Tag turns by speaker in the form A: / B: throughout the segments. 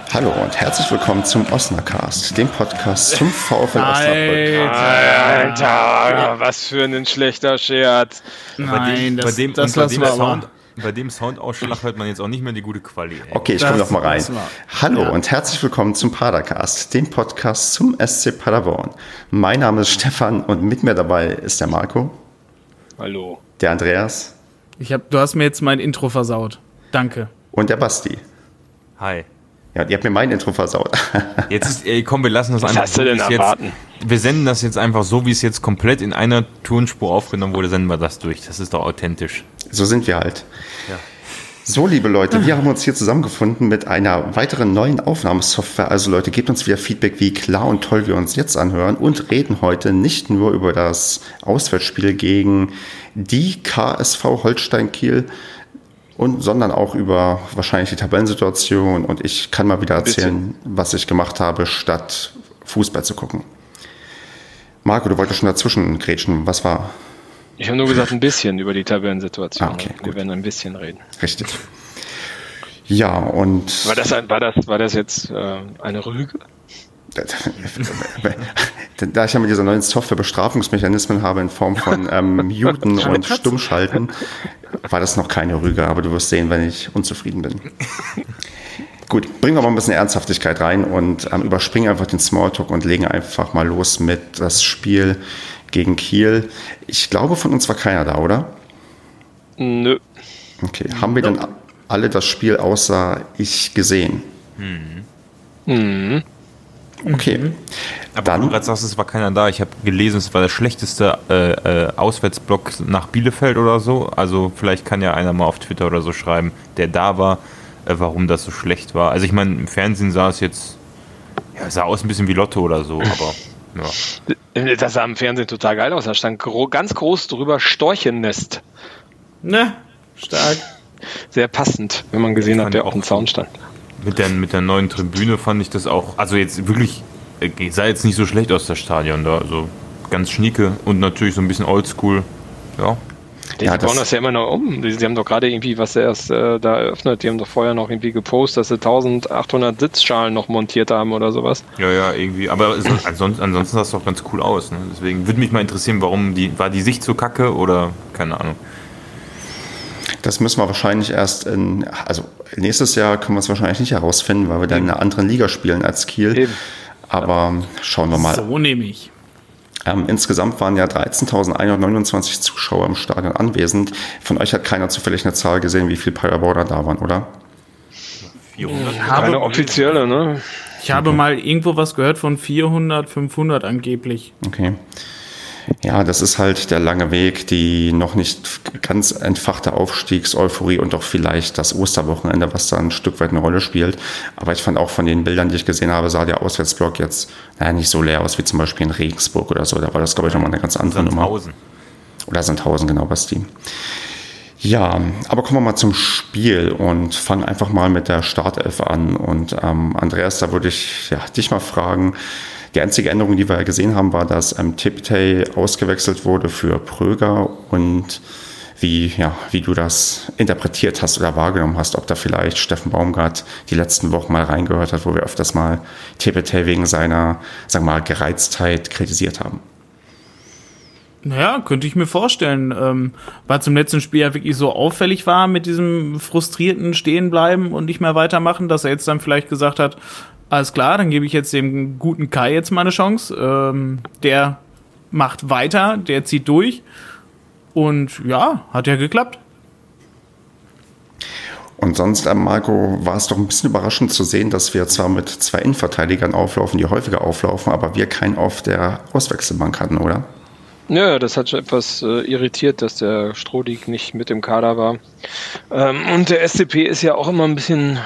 A: Hallo und herzlich willkommen zum Osnabrück-Cast, dem Podcast zum VfL Osnabrück.
B: Alter, was für ein schlechter Scherz.
C: Nein,
D: bei dem Soundausschlag hört man jetzt auch nicht mehr die gute Quali. Ey.
A: Okay, ich komme noch mal rein. Hallo und herzlich willkommen zum Padercast, dem Podcast zum SC Paderborn. Mein Name ist Stefan und mit mir dabei ist der Marco.
B: Hallo.
A: Der Andreas.
C: Du hast mir jetzt mein Intro versaut. Danke.
A: Und der Basti.
D: Hi.
A: Ja, ihr habt mir mein Intro versaut.
D: Jetzt komm, wir lassen das
B: einfach. Was hast du denn erwarten?
D: Wir senden das jetzt einfach so, wie es jetzt komplett in einer Tonspur aufgenommen wurde, senden wir das durch. Das ist doch authentisch.
A: So sind wir halt.
D: Ja.
A: So, liebe Leute, wir haben uns hier zusammengefunden mit einer weiteren neuen Aufnahmesoftware. Also Leute, gebt uns wieder Feedback, wie klar und toll wir uns jetzt anhören und reden heute nicht nur über das Auswärtsspiel gegen die KSV Holstein Kiel, sondern auch über wahrscheinlich die Tabellensituation. Und ich kann mal wieder erzählen, was ich gemacht habe, statt Fußball zu gucken. Marco, du wolltest schon dazwischen grätschen. Was war?
B: Ich habe nur gesagt, ein bisschen über die Tabellensituation.
A: Okay,
B: wir werden ein bisschen reden.
A: Richtig. Ja, und...
B: War das jetzt eine Rüge?
A: Da ich ja mit dieser neuen Software Bestrafungsmechanismen habe in Form von Muten und Stummschalten, war das noch keine Rüge, aber du wirst sehen, wenn ich unzufrieden bin. Gut, bringen wir mal ein bisschen Ernsthaftigkeit rein und überspringen einfach den Smalltalk und legen einfach mal los mit das Spiel gegen Kiel. Ich glaube, von uns war keiner da, oder?
B: Nö.
A: Okay, haben wir denn alle das Spiel außer ich gesehen? Okay.
D: Aber dann, du gerade sagst, es war keiner da. Ich habe gelesen, es war der schlechteste Auswärtsblock nach Bielefeld oder so. Also vielleicht kann ja einer mal auf Twitter oder so schreiben, der da war, warum das so schlecht war. Also ich meine, im Fernsehen sah es jetzt, sah aus ein bisschen wie Lotto oder so, aber ja.
B: Das sah im Fernsehen total geil aus. Da stand ganz groß drüber Storchennest.
C: Ne, stark.
B: Sehr passend, wenn man gesehen hat, der auf dem Zaun stand.
D: Mit der neuen Tribüne fand ich das auch, also jetzt wirklich, sah jetzt nicht so schlecht aus, das Stadion da, also ganz schnieke und natürlich so ein bisschen oldschool, ja.
B: Die bauen das ja immer noch um. Sie haben doch gerade irgendwie was erst da eröffnet, die haben doch vorher noch irgendwie gepostet, dass sie 1800 Sitzschalen noch montiert haben oder sowas.
D: Ja, irgendwie, aber ansonsten sah es doch ganz cool aus, ne? Deswegen würde mich mal interessieren, war die Sicht so kacke oder keine Ahnung.
A: Das müssen wir wahrscheinlich erst nächstes Jahr können wir es wahrscheinlich nicht herausfinden, weil wir dann in einer anderen Liga spielen als Kiel.
B: Eben.
A: Aber schauen wir mal.
C: So nehme ich.
A: Insgesamt waren ja 13.129 Zuschauer im Stadion anwesend. Von euch hat keiner zufällig eine Zahl gesehen, wie viele Paderborner da waren, oder?
D: 400?
B: Keine offizielle, ne?
C: Ich habe mal irgendwo was gehört von 400, 500 angeblich.
A: Okay. Ja, das ist halt der lange Weg, die noch nicht ganz entfachte Aufstiegseuphorie und auch vielleicht das Osterwochenende, was da ein Stück weit eine Rolle spielt. Aber ich fand auch von den Bildern, die ich gesehen habe, sah der Auswärtsblock jetzt nicht so leer aus wie zum Beispiel in Regensburg oder so. Da war das, glaube ich, nochmal eine ganz andere Nummer. Oder Sandhausen, genau, Basti. Ja, aber kommen wir mal zum Spiel und fangen einfach mal mit der Startelf an. Und Andreas, da würde ich dich mal fragen. Die einzige Änderung, die wir ja gesehen haben, war, dass Tipitay ausgewechselt wurde für Pröger und wie du das interpretiert hast oder wahrgenommen hast, ob da vielleicht Steffen Baumgart die letzten Wochen mal reingehört hat, wo wir öfters mal Tipitay wegen seiner, sagen wir mal, Gereiztheit kritisiert haben.
C: Naja, könnte ich mir vorstellen, weil zum letzten Spiel ja wirklich so auffällig war mit diesem frustrierten Stehenbleiben und nicht mehr weitermachen, dass er jetzt dann vielleicht gesagt hat, alles klar, dann gebe ich jetzt dem guten Kai jetzt mal eine Chance. Der macht weiter, der zieht durch. Und ja, hat ja geklappt.
A: Und sonst, Marco, war es doch ein bisschen überraschend zu sehen, dass wir zwar mit 2 Innenverteidigern auflaufen, die häufiger auflaufen, aber wir keinen auf der Auswechselbank hatten, oder?
B: Ja, das hat schon etwas irritiert, dass der Strohdig nicht mit im Kader war. Und der SCP ist ja auch immer ein bisschen,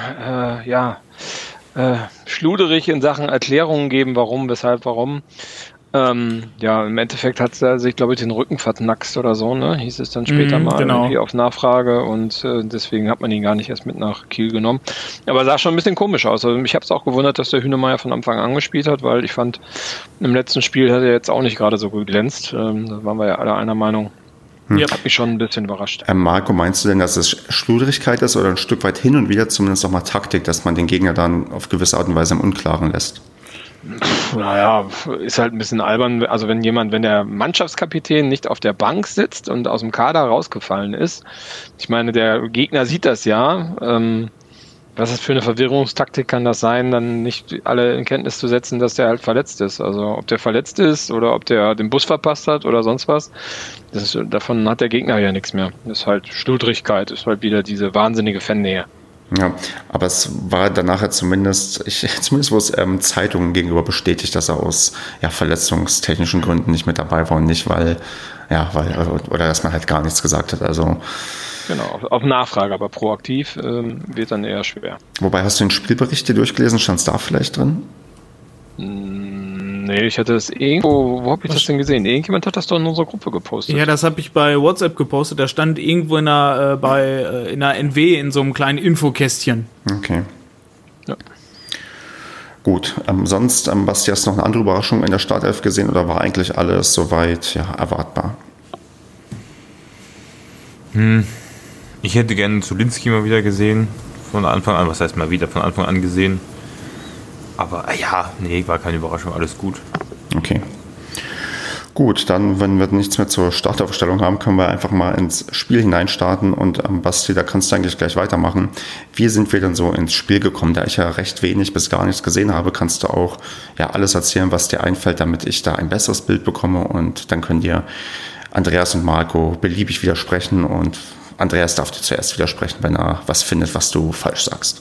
B: schluderig in Sachen Erklärungen geben, warum, weshalb, warum. Im Endeffekt hat er sich, glaube ich, den Rücken verknackst oder so, ne? Hieß es dann später mal irgendwie auf Nachfrage und deswegen hat man ihn gar nicht erst mit nach Kiel genommen. Aber sah schon ein bisschen komisch aus. Also mich habe es auch gewundert, dass der Hünemeyer von Anfang an gespielt hat, weil ich fand, im letzten Spiel hat er jetzt auch nicht gerade so geglänzt. Da waren wir ja alle einer Meinung. Ja. Hat mich schon ein bisschen überrascht.
A: Marco, meinst du denn, dass es Schludrigkeit ist oder ein Stück weit hin und wieder zumindest auch mal Taktik, dass man den Gegner dann auf gewisse Art und Weise im Unklaren lässt?
B: Naja, ist halt ein bisschen albern. Also wenn der Mannschaftskapitän nicht auf der Bank sitzt und aus dem Kader rausgefallen ist, ich meine, der Gegner sieht das ja, was ist für eine Verwirrungstaktik kann das sein, dann nicht alle in Kenntnis zu setzen, dass der halt verletzt ist. Also ob der verletzt ist oder ob der den Bus verpasst hat oder sonst was, davon hat der Gegner ja nichts mehr. Das ist halt Schludrigkeit, ist halt wieder diese wahnsinnige Fannähe.
A: Ja, aber es war danach ja zumindest wo es Zeitungen gegenüber bestätigt, dass er aus verletzungstechnischen Gründen nicht mit dabei war und nicht, weil dass man halt gar nichts gesagt hat. Also
B: genau, auf Nachfrage, aber proaktiv wird dann eher schwer.
A: Wobei, hast du den Spielbericht dir durchgelesen? Stand es da vielleicht drin?
B: Nee, ich hatte das irgendwo, wo habe ich das denn gesehen? Irgendjemand hat das doch in unserer Gruppe gepostet.
C: Ja, das habe ich bei WhatsApp gepostet. Da stand irgendwo in einer NW in so einem kleinen Infokästchen.
A: Okay. Ja. Gut, sonst, Basti, hast du noch eine andere Überraschung in der Startelf gesehen oder war eigentlich alles soweit erwartbar?
D: Ich hätte gerne Zulinski mal wieder gesehen. Von Anfang an, was heißt mal wieder, von Anfang an gesehen. Aber war keine Überraschung, alles gut.
A: Okay. Gut, dann, wenn wir nichts mehr zur Startaufstellung haben, können wir einfach mal ins Spiel hineinstarten. Und Basti, da kannst du eigentlich gleich weitermachen. Wie sind wir denn so ins Spiel gekommen? Da ich ja recht wenig bis gar nichts gesehen habe, kannst du auch alles erzählen, was dir einfällt, damit ich da ein besseres Bild bekomme. Und dann können dir Andreas und Marco beliebig widersprechen. Und Andreas darf dir zuerst widersprechen, wenn er was findet, was du falsch sagst.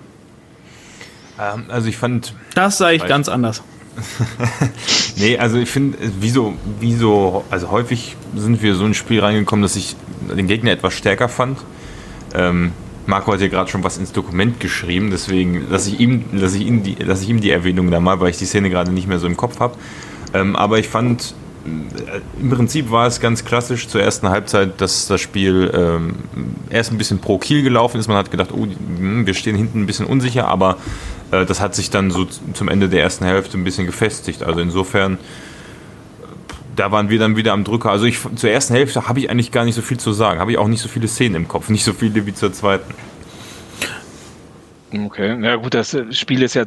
D: Also ich fand...
C: Das sah ich ganz anders.
D: Nee, also ich finde, also häufig sind wir so ein Spiel reingekommen, dass ich den Gegner etwas stärker fand. Marco hat ja gerade schon was ins Dokument geschrieben, deswegen lasse ich ihm die Erwähnung da mal, weil ich die Szene gerade nicht mehr so im Kopf habe. Aber ich fand, im Prinzip war es ganz klassisch zur ersten Halbzeit, dass das Spiel erst ein bisschen pro Kiel gelaufen ist. Man hat gedacht, wir stehen hinten ein bisschen unsicher, aber das hat sich dann so zum Ende der ersten Hälfte ein bisschen gefestigt. Also insofern, da waren wir dann wieder am Drücker. Also zur ersten Hälfte habe ich eigentlich gar nicht so viel zu sagen. Habe ich auch nicht so viele Szenen im Kopf, nicht so viele wie zur zweiten.
B: Okay, ja gut, das Spiel ist ja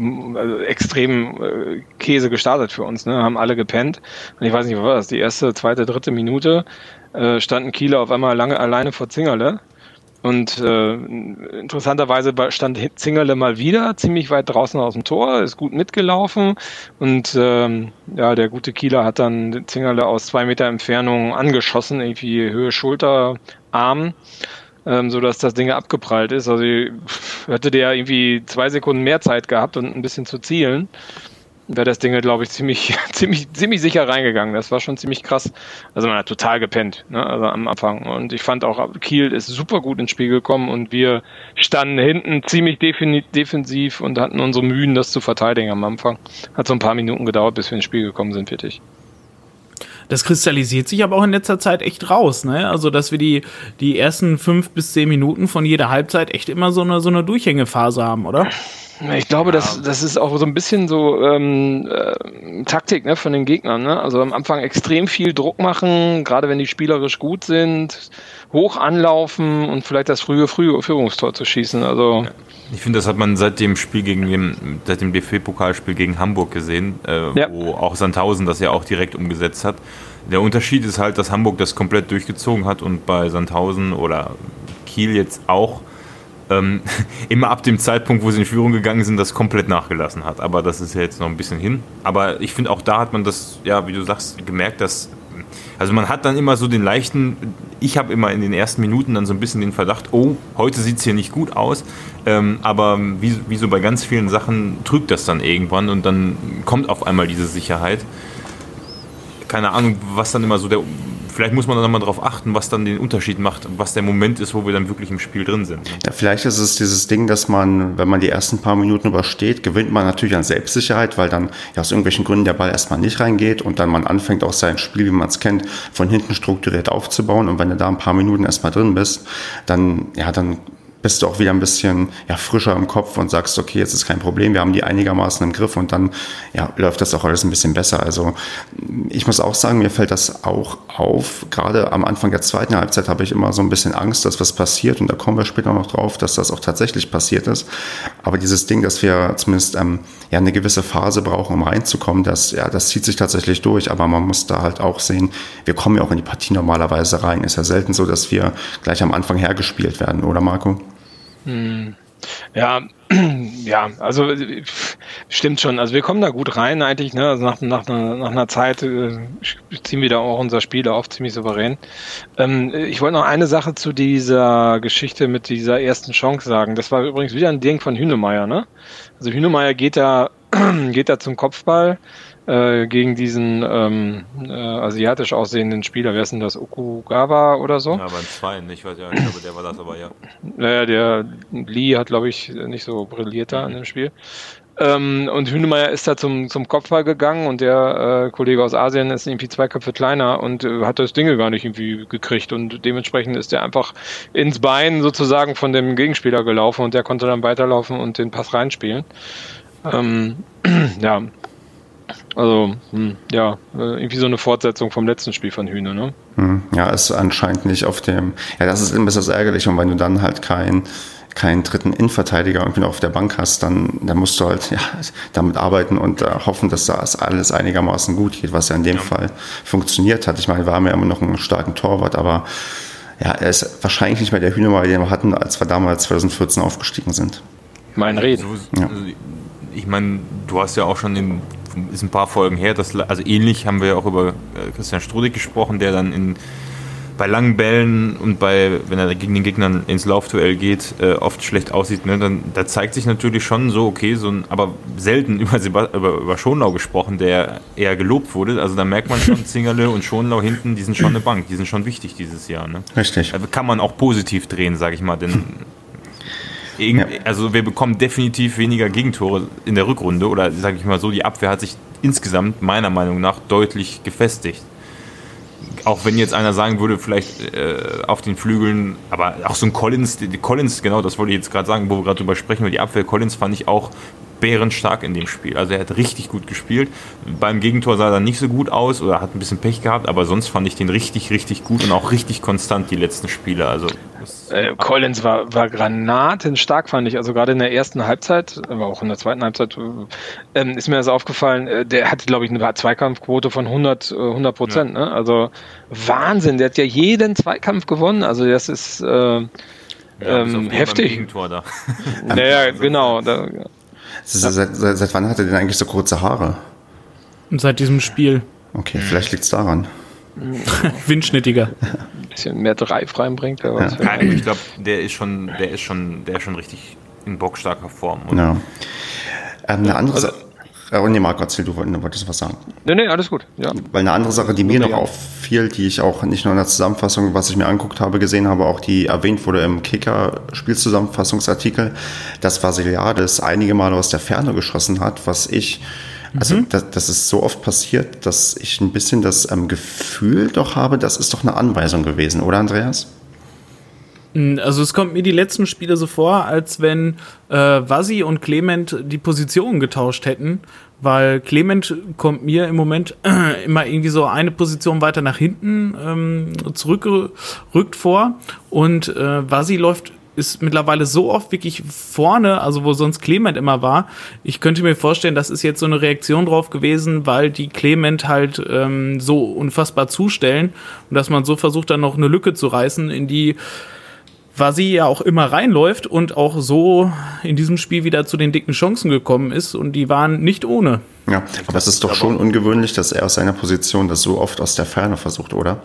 B: extrem Käse gestartet für uns, ne? Haben alle gepennt. Und ich weiß nicht, was war das? Die erste, zweite, dritte Minute standen Kieler auf einmal lange alleine vor Zingerle. Und interessanterweise stand Zingerle mal wieder ziemlich weit draußen aus dem Tor, ist gut mitgelaufen. Und der gute Kieler hat dann Zingerle aus 2 Meter Entfernung angeschossen, irgendwie Höhe Schulter, Arm. Sodass das Ding abgeprallt ist. Also hätte der irgendwie 2 Sekunden mehr Zeit gehabt und ein bisschen zu zielen, wäre das Ding, glaube ich, ziemlich sicher reingegangen. Das war schon ziemlich krass. Also man hat total gepennt, ne? Also am Anfang. Und ich fand auch, Kiel ist super gut ins Spiel gekommen und wir standen hinten ziemlich defensiv und hatten unsere Mühen, das zu verteidigen am Anfang. Hat so ein paar Minuten gedauert, bis wir ins Spiel gekommen sind, wirklich.
C: Das kristallisiert sich aber auch in letzter Zeit echt raus, ne? Also, dass wir die ersten 5 bis 10 Minuten von jeder Halbzeit echt immer so eine Durchhängephase haben, oder?
B: Ich glaube, das ist auch so ein bisschen so Taktik, ne, von den Gegnern, ne? Also am Anfang extrem viel Druck machen, gerade wenn die spielerisch gut sind, hoch anlaufen und vielleicht das frühe Führungstor zu schießen. Also
D: ich finde, das hat man seit dem DFB-Pokalspiel gegen Hamburg gesehen, wo auch Sandhausen das ja auch direkt umgesetzt hat. Der Unterschied ist halt, dass Hamburg das komplett durchgezogen hat und bei Sandhausen oder Kiel jetzt auch immer ab dem Zeitpunkt, wo sie in Führung gegangen sind, das komplett nachgelassen hat. Aber das ist ja jetzt noch ein bisschen hin. Aber ich finde, auch da hat man das, ja, wie du sagst, gemerkt, dass, also man hat dann immer so den leichten, ich habe immer in den ersten Minuten dann so ein bisschen den Verdacht, oh, heute sieht es hier nicht gut aus. Aber wie so bei ganz vielen Sachen trügt das dann irgendwann und dann kommt auf einmal diese Sicherheit. Keine Ahnung, was dann immer so vielleicht muss man dann mal darauf achten, was dann den Unterschied macht, was der Moment ist, wo wir dann wirklich im Spiel drin sind.
A: Ja, vielleicht ist es dieses Ding, dass man, wenn man die ersten paar Minuten übersteht, gewinnt man natürlich an Selbstsicherheit, weil dann aus irgendwelchen Gründen der Ball erstmal nicht reingeht und dann man anfängt auch sein Spiel, wie man es kennt, von hinten strukturiert aufzubauen. Und wenn du da ein paar Minuten erstmal drin bist, dann bist du auch wieder ein bisschen frischer im Kopf und sagst, okay, jetzt ist kein Problem, wir haben die einigermaßen im Griff und dann läuft das auch alles ein bisschen besser. Also ich muss auch sagen, mir fällt das auch auf. Gerade am Anfang der zweiten Halbzeit habe ich immer so ein bisschen Angst, dass was passiert und da kommen wir später noch drauf, dass das auch tatsächlich passiert ist. Aber dieses Ding, dass wir zumindest eine gewisse Phase brauchen, um reinzukommen, das zieht sich tatsächlich durch. Aber man muss da halt auch sehen, wir kommen ja auch in die Partie normalerweise rein. Ist ja selten so, dass wir gleich am Anfang hergespielt werden, oder Marco?
B: Ja, also stimmt schon. Also wir kommen da gut rein eigentlich, ne? Also nach einer Zeit ziehen wir da auch unser Spiel auf, ziemlich souverän. Ich wollte noch eine Sache zu dieser Geschichte mit dieser ersten Chance sagen. Das war übrigens wieder ein Ding von Hünemeyer, ne? Also Hünemeyer geht da zum Kopfball gegen diesen asiatisch aussehenden Spieler. Wer ist denn das? Okugawa oder so?
D: Ja, beim Zweiten, ich weiß ja, ich glaube, der war das aber, ja.
B: Naja, der Lee hat, glaube ich, nicht so brilliert da in dem Spiel. Und Hünemeyer ist da zum Kopfball gegangen und der Kollege aus Asien ist irgendwie 2 Köpfe kleiner und hat das Ding gar nicht irgendwie gekriegt und dementsprechend ist der einfach ins Bein sozusagen von dem Gegenspieler gelaufen und der konnte dann weiterlaufen und den Pass reinspielen. Ja. Also, irgendwie so eine Fortsetzung vom letzten Spiel von Hühne, ne?
A: Ja, ist anscheinend nicht auf dem, das ist ein bisschen das ärgerlich und wenn du dann halt keinen dritten Innenverteidiger irgendwie noch auf der Bank hast, dann musst du halt damit arbeiten und hoffen, dass das alles einigermaßen gut geht, was ja in dem Fall funktioniert hat. Ich meine, wir haben ja immer noch einen starken Torwart, aber er ist wahrscheinlich nicht mehr der Hühnemeier, den wir hatten, als wir damals 2014 aufgestiegen sind.
B: Mein Reden.
D: Ich meine, du hast ja auch schon ist ein paar Folgen her, also ähnlich haben wir ja auch über Christian Strudig gesprochen, der dann bei langen Bällen und wenn er gegen den Gegnern ins Laufduell geht, oft schlecht aussieht, ne? Da zeigt sich natürlich schon so, okay, aber selten über Schonlau gesprochen, der eher gelobt wurde. Also da merkt man schon, Zingerle und Schonlau hinten, die sind schon eine Bank, die sind schon wichtig dieses Jahr. Ne?
A: Richtig.
D: Also kann man auch positiv drehen, sage ich mal, denn also wir bekommen definitiv weniger Gegentore in der Rückrunde oder sage ich mal so, die Abwehr hat sich insgesamt meiner Meinung nach deutlich gefestigt. Auch wenn jetzt einer sagen würde, vielleicht auf den Flügeln, aber auch so ein Collins, genau, das wollte ich jetzt gerade sagen, wo wir gerade drüber sprechen, über die Abwehr, Collins fand ich auch bärenstark in dem Spiel. Also er hat richtig gut gespielt. Beim Gegentor sah er dann nicht so gut aus oder hat ein bisschen Pech gehabt, aber sonst fand ich den richtig, richtig gut und auch richtig konstant die letzten Spiele. Also
B: Collins war granatenstark, fand ich. Also gerade in der ersten Halbzeit, aber auch in der zweiten Halbzeit ist mir das aufgefallen, der hatte, glaube ich, eine Zweikampfquote von 100%. Ja. Ne? Also Wahnsinn, der hat ja jeden Zweikampf gewonnen. Also das ist heftig.
D: Gegentor da.
B: Naja, genau.
A: Seit wann hat er denn eigentlich so kurze Haare?
C: Seit diesem Spiel.
A: Okay, vielleicht liegt es daran.
C: Windschnittiger.
B: Ein bisschen mehr Drive reinbringt.
D: Ich glaube, der ist schon richtig in bockstarker Form.
A: Ja. Eine andere Sache. Nee, Marco, erzähl, du wolltest was sagen.
B: Nee, alles gut. Ja.
A: Weil eine andere Sache, die mir noch auffiel, die ich auch nicht nur in der Zusammenfassung, was ich mir angeguckt habe, gesehen habe, auch die erwähnt wurde im Kicker-Spielzusammenfassungsartikel, dass Vasiliades einige Male aus der Ferne geschossen hat, was ich, also das ist so oft passiert, dass ich ein bisschen das Gefühl doch habe, das ist doch eine Anweisung gewesen, oder Andreas?
C: Also es kommt mir die letzten Spiele so vor, als wenn Vasi und Clement die Positionen getauscht hätten, weil Clement kommt mir im Moment immer irgendwie so eine Position weiter nach hinten zurückgerückt vor und Vasi ist mittlerweile so oft wirklich vorne, also wo sonst Clement immer war. Ich könnte mir vorstellen, das ist jetzt so eine Reaktion drauf gewesen, weil die Clement halt so unfassbar zustellen und dass man so versucht, dann noch eine Lücke zu reißen, in die Vasi ja auch immer reinläuft und auch so in diesem Spiel wieder zu den dicken Chancen gekommen ist und die waren nicht ohne.
A: Ja, aber es ist doch schon ungewöhnlich, dass er aus seiner Position das so oft aus der Ferne versucht, oder?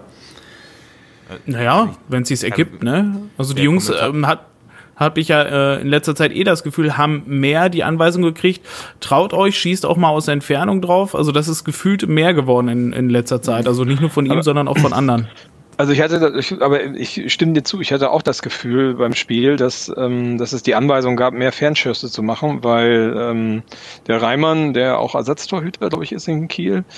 C: Naja, wenn es sich ergibt, ne? Also die Jungs habe ich ja in letzter Zeit das Gefühl, haben mehr die Anweisung gekriegt, traut euch, schießt auch mal aus der Entfernung drauf. Also das ist gefühlt mehr geworden in letzter Zeit. Also nicht nur von ihm, sondern auch von anderen.
B: Also ich stimme dir zu, ich hatte auch das Gefühl beim Spiel, dass es die Anweisung gab, mehr Fernschüsse zu machen, weil der Reimann, der auch Ersatztorhüter, glaube ich, ist in Kiel,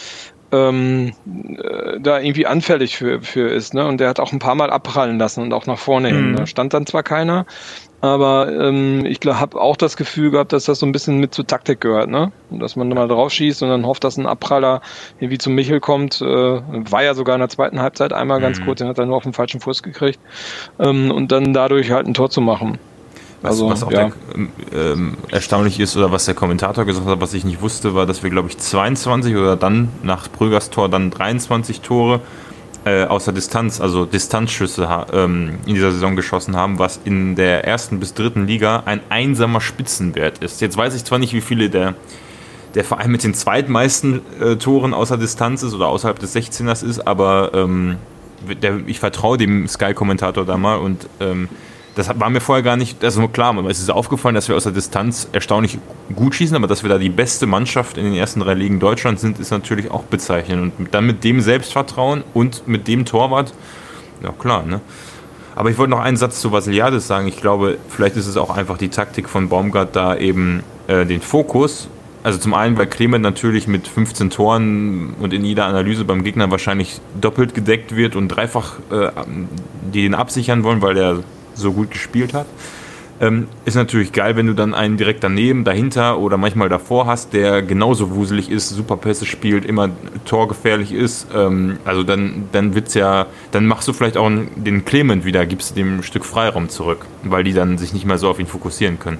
B: da irgendwie anfällig für ist, ne? Und der hat auch ein paar Mal abprallen lassen und auch nach vorne hin. Da stand dann zwar keiner, aber ich habe auch das Gefühl gehabt, dass das so ein bisschen mit zur Taktik gehört, ne? Und dass man mal drauf schießt und dann hofft, dass ein Abpraller irgendwie zum Michel kommt. War ja sogar in der zweiten Halbzeit einmal ganz kurz, den hat er nur auf den falschen Fuß gekriegt. Und dann dadurch halt ein Tor zu machen.
D: Was auch erstaunlich ist, oder was der Kommentator gesagt hat, was ich nicht wusste, war, dass wir, glaube ich, 22 oder dann nach Prögers Tor dann 23 Tore außer Distanz, also Distanzschüsse in dieser Saison geschossen haben, was in der ersten bis dritten Liga ein einsamer Spitzenwert ist. Jetzt weiß ich zwar nicht, wie viele der Verein mit den zweitmeisten Toren außer Distanz ist oder außerhalb des 16ers ist, aber ich vertraue dem Sky-Kommentator da mal und das war mir vorher gar nicht, also klar, es ist aufgefallen, dass wir aus der Distanz erstaunlich gut schießen, aber dass wir da die beste Mannschaft in den ersten 3 Ligen Deutschlands sind, ist natürlich auch bezeichnend. Und dann mit dem Selbstvertrauen und mit dem Torwart, ja klar, ne? Aber ich wollte noch einen Satz zu Vassiliadis sagen. Ich glaube, vielleicht ist es auch einfach die Taktik von Baumgart, da eben den Fokus, also zum einen, weil Clement natürlich mit 15 Toren und in jeder Analyse beim Gegner wahrscheinlich doppelt gedeckt wird und dreifach die den absichern wollen, weil der so gut gespielt hat. Ist natürlich geil, wenn du dann einen direkt daneben, dahinter oder manchmal davor hast, der genauso wuselig ist, super Pässe spielt, immer torgefährlich ist. Also dann wird's ja, dann machst du vielleicht auch den Clement wieder, gibst dem ein Stück Freiraum zurück, weil die dann sich nicht mehr so auf ihn fokussieren können.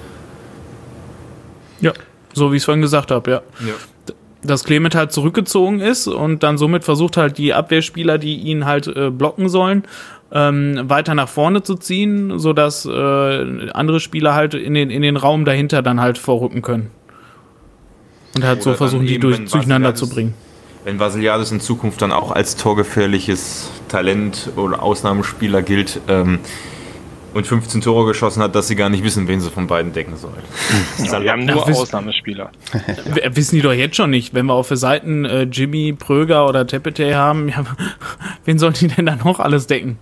C: Ja, so wie ich es vorhin gesagt habe, ja. Dass Clement halt zurückgezogen ist und dann somit versucht halt die Abwehrspieler, die ihn halt blocken sollen, weiter nach vorne zu ziehen, sodass andere Spieler halt in den Raum dahinter dann halt vorrücken können. Und halt so versuchen, die durcheinander zu bringen.
D: Wenn Vassiliadis in Zukunft dann auch als torgefährliches Talent oder Ausnahmespieler gilt und 15 Tore geschossen hat, dass sie gar nicht wissen, wen sie von beiden decken sollen.
B: Ja, wir haben nur Ausnahmespieler.
C: Wissen die doch jetzt schon nicht. Wenn wir auf der Seiten Jimmy, Pröger oder Tepete haben, ja, wen sollen die denn da noch alles decken?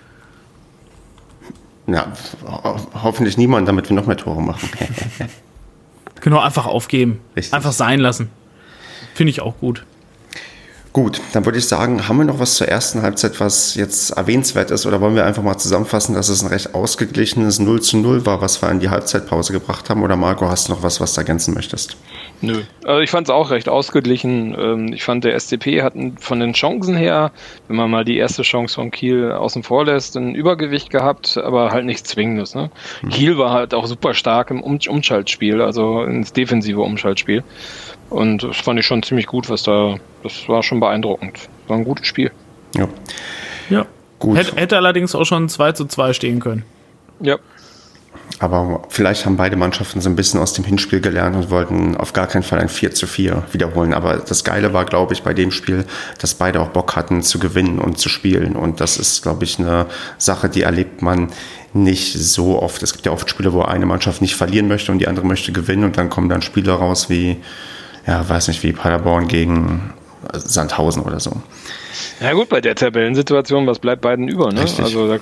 A: Ja, hoffentlich niemand, damit wir noch mehr Tore machen.
C: Genau, einfach aufgeben.
A: Richtig.
C: Einfach sein lassen. Finde ich auch gut.
A: Gut, dann würde ich sagen, haben wir noch was zur ersten Halbzeit, was jetzt erwähnenswert ist, oder wollen wir einfach mal zusammenfassen, dass es ein recht ausgeglichenes 0:0 war, was wir in die Halbzeitpause gebracht haben? Oder Marco, hast du noch was du ergänzen möchtest?
B: Nö, also ich fand es auch recht ausgeglichen. Ich fand, der SCP hat von den Chancen her, wenn man mal die erste Chance von Kiel außen vor lässt, ein Übergewicht gehabt, aber halt nichts Zwingendes. Ne? Kiel war halt auch super stark im Umschaltspiel, also ins defensive Umschaltspiel. Und das fand ich schon ziemlich gut, das war schon beeindruckend. War ein gutes Spiel.
C: Ja. Gut. Hätte allerdings auch schon 2:2 stehen können.
B: Ja.
A: Aber vielleicht haben beide Mannschaften so ein bisschen aus dem Hinspiel gelernt und wollten auf gar keinen Fall ein 4:4 wiederholen. Aber das Geile war, glaube ich, bei dem Spiel, dass beide auch Bock hatten zu gewinnen und zu spielen. Und das ist, glaube ich, eine Sache, die erlebt man nicht so oft. Es gibt ja oft Spiele, wo eine Mannschaft nicht verlieren möchte und die andere möchte gewinnen. Und dann kommen dann Spiele raus wie, wie Paderborn gegen Sandhausen oder so.
B: Ja gut, bei der Tabellensituation, was bleibt beiden über? Ne?
A: Richtig.
B: Also